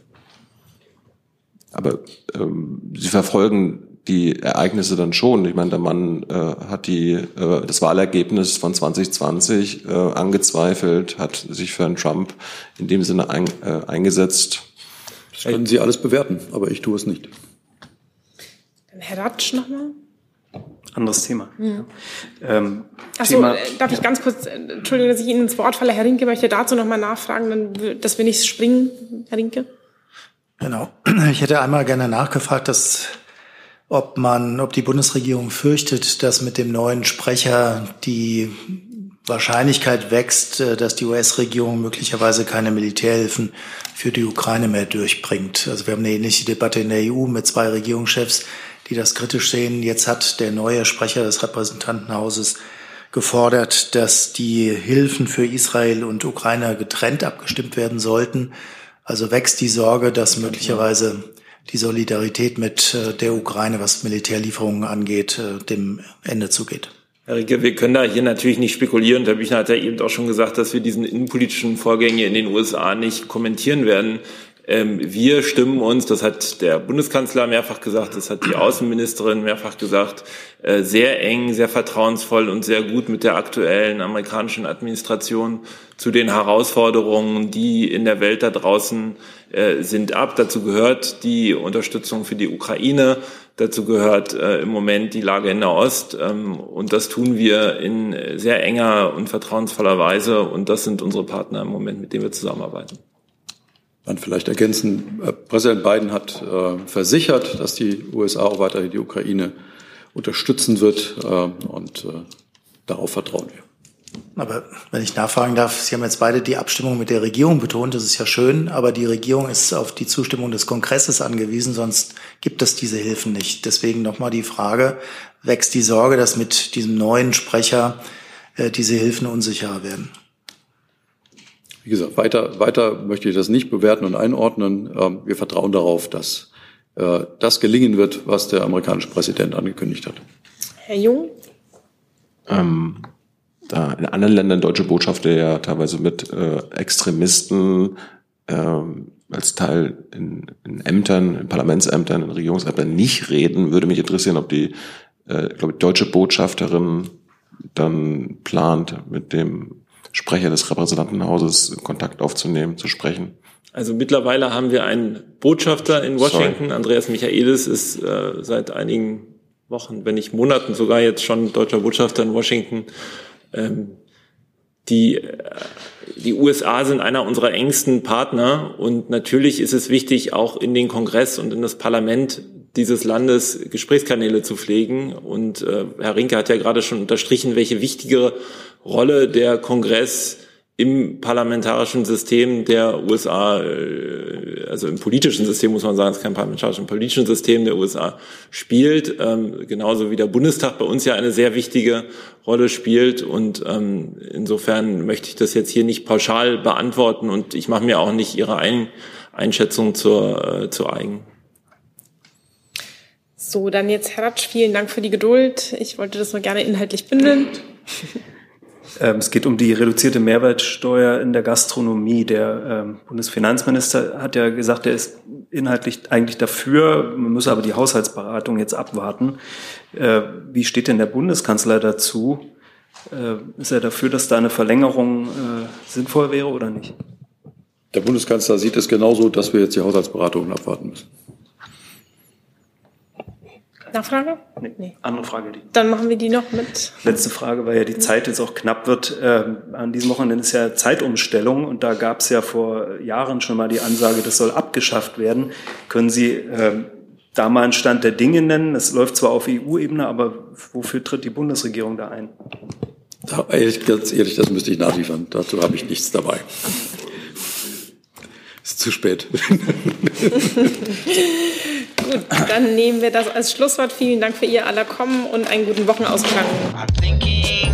Aber Sie verfolgen die Ereignisse dann schon. Ich meine, der Mann hat das Wahlergebnis von 2020 angezweifelt, hat sich für Herrn Trump in dem Sinne eingesetzt. Das können Sie alles bewerten, aber ich tue es nicht. Dann Herr Ratsch nochmal. Anderes Thema. Mhm. Achso, darf ich ganz kurz, Entschuldigung, dass ich Ihnen ins Wort falle, Herr Rinke, möchte dazu nochmal nachfragen, dass wir nicht springen, Herr Rinke? Genau. Ich hätte einmal gerne nachgefragt, ob die Bundesregierung fürchtet, dass mit dem neuen Sprecher die Wahrscheinlichkeit wächst, dass die US-Regierung möglicherweise keine Militärhilfen für die Ukraine mehr durchbringt. Also wir haben eine ähnliche Debatte in der EU mit 2 Regierungschefs, die das kritisch sehen. Jetzt hat der neue Sprecher des Repräsentantenhauses gefordert, dass die Hilfen für Israel und Ukraine getrennt abgestimmt werden sollten. Also wächst die Sorge, dass möglicherweise die Solidarität mit der Ukraine, was Militärlieferungen angeht, dem Ende zugeht. Herr Rinke, wir können da hier natürlich nicht spekulieren. Herr Büchner hat ja eben auch schon gesagt, dass wir diesen innenpolitischen Vorgänge in den USA nicht kommentieren werden. Wir stimmen uns, das hat der Bundeskanzler mehrfach gesagt, das hat die Außenministerin mehrfach gesagt, sehr eng, sehr vertrauensvoll und sehr gut mit der aktuellen amerikanischen Administration zu den Herausforderungen, die in der Welt da draußen sind, ab. Dazu gehört die Unterstützung für die Ukraine, dazu gehört im Moment die Lage in Nahost, und das tun wir in sehr enger und vertrauensvoller Weise, und das sind unsere Partner im Moment, mit denen wir zusammenarbeiten. Dann vielleicht ergänzen, Präsident Biden hat versichert, dass die USA auch weiterhin die Ukraine unterstützen wird, und darauf vertrauen wir. Aber wenn ich nachfragen darf, Sie haben jetzt beide die Abstimmung mit der Regierung betont, das ist ja schön, aber die Regierung ist auf die Zustimmung des Kongresses angewiesen, sonst gibt es diese Hilfen nicht. Deswegen nochmal die Frage, wächst die Sorge, dass mit diesem neuen Sprecher diese Hilfen unsicherer werden? Wie gesagt, weiter möchte ich das nicht bewerten und einordnen. Wir vertrauen darauf, dass das gelingen wird, was der amerikanische Präsident angekündigt hat. Herr Jung? Da in anderen Ländern deutsche Botschafter ja teilweise mit Extremisten als Teil in Ämtern, in Parlamentsämtern, in Regierungsämtern nicht reden, würde mich interessieren, ob die deutsche Botschafterin dann plant, mit dem Sprecher des Repräsentantenhauses Kontakt aufzunehmen, zu sprechen. Also mittlerweile haben wir einen Botschafter in Washington. Andreas Michaelis ist seit einigen Wochen, wenn nicht Monaten sogar jetzt schon deutscher Botschafter in Washington. Die USA sind einer unserer engsten Partner und natürlich ist es wichtig, auch in den Kongress und in das Parlament dieses Landes Gesprächskanäle zu pflegen. Und Herr Rinke hat ja gerade schon unterstrichen, welche wichtige Rolle der Kongress im parlamentarischen System der USA, also im politischen System muss man sagen, es ist kein parlamentarisches, im politischen System der USA spielt, genauso wie der Bundestag bei uns ja eine sehr wichtige Rolle spielt. Und insofern möchte ich das jetzt hier nicht pauschal beantworten und ich mache mir auch nicht Ihre Einschätzung zu eigen. So, dann jetzt Herr Ratsch, vielen Dank für die Geduld. Ich wollte das nur gerne inhaltlich bündeln. Es geht um die reduzierte Mehrwertsteuer in der Gastronomie. Der Bundesfinanzminister hat ja gesagt, er ist inhaltlich eigentlich dafür, man müsse aber die Haushaltsberatung jetzt abwarten. Wie steht denn der Bundeskanzler dazu? Ist er dafür, dass da eine Verlängerung sinnvoll wäre oder nicht? Der Bundeskanzler sieht es genauso, dass wir jetzt die Haushaltsberatungen abwarten müssen. Nachfrage? Nee. Andere Frage. Dann machen wir die noch mit. Letzte Frage, weil ja die Zeit jetzt auch knapp wird. An diesem Wochenende ist ja Zeitumstellung und da gab es ja vor Jahren schon mal die Ansage, das soll abgeschafft werden. Können Sie da mal einen Stand der Dinge nennen? Das läuft zwar auf EU-Ebene, aber wofür tritt die Bundesregierung da ein? Ganz ehrlich, das müsste ich nachliefern. Dazu habe ich nichts dabei. Ist zu spät. Gut, dann nehmen wir das als Schlusswort. Vielen Dank für Ihr aller Kommen und einen guten Wochenausgang.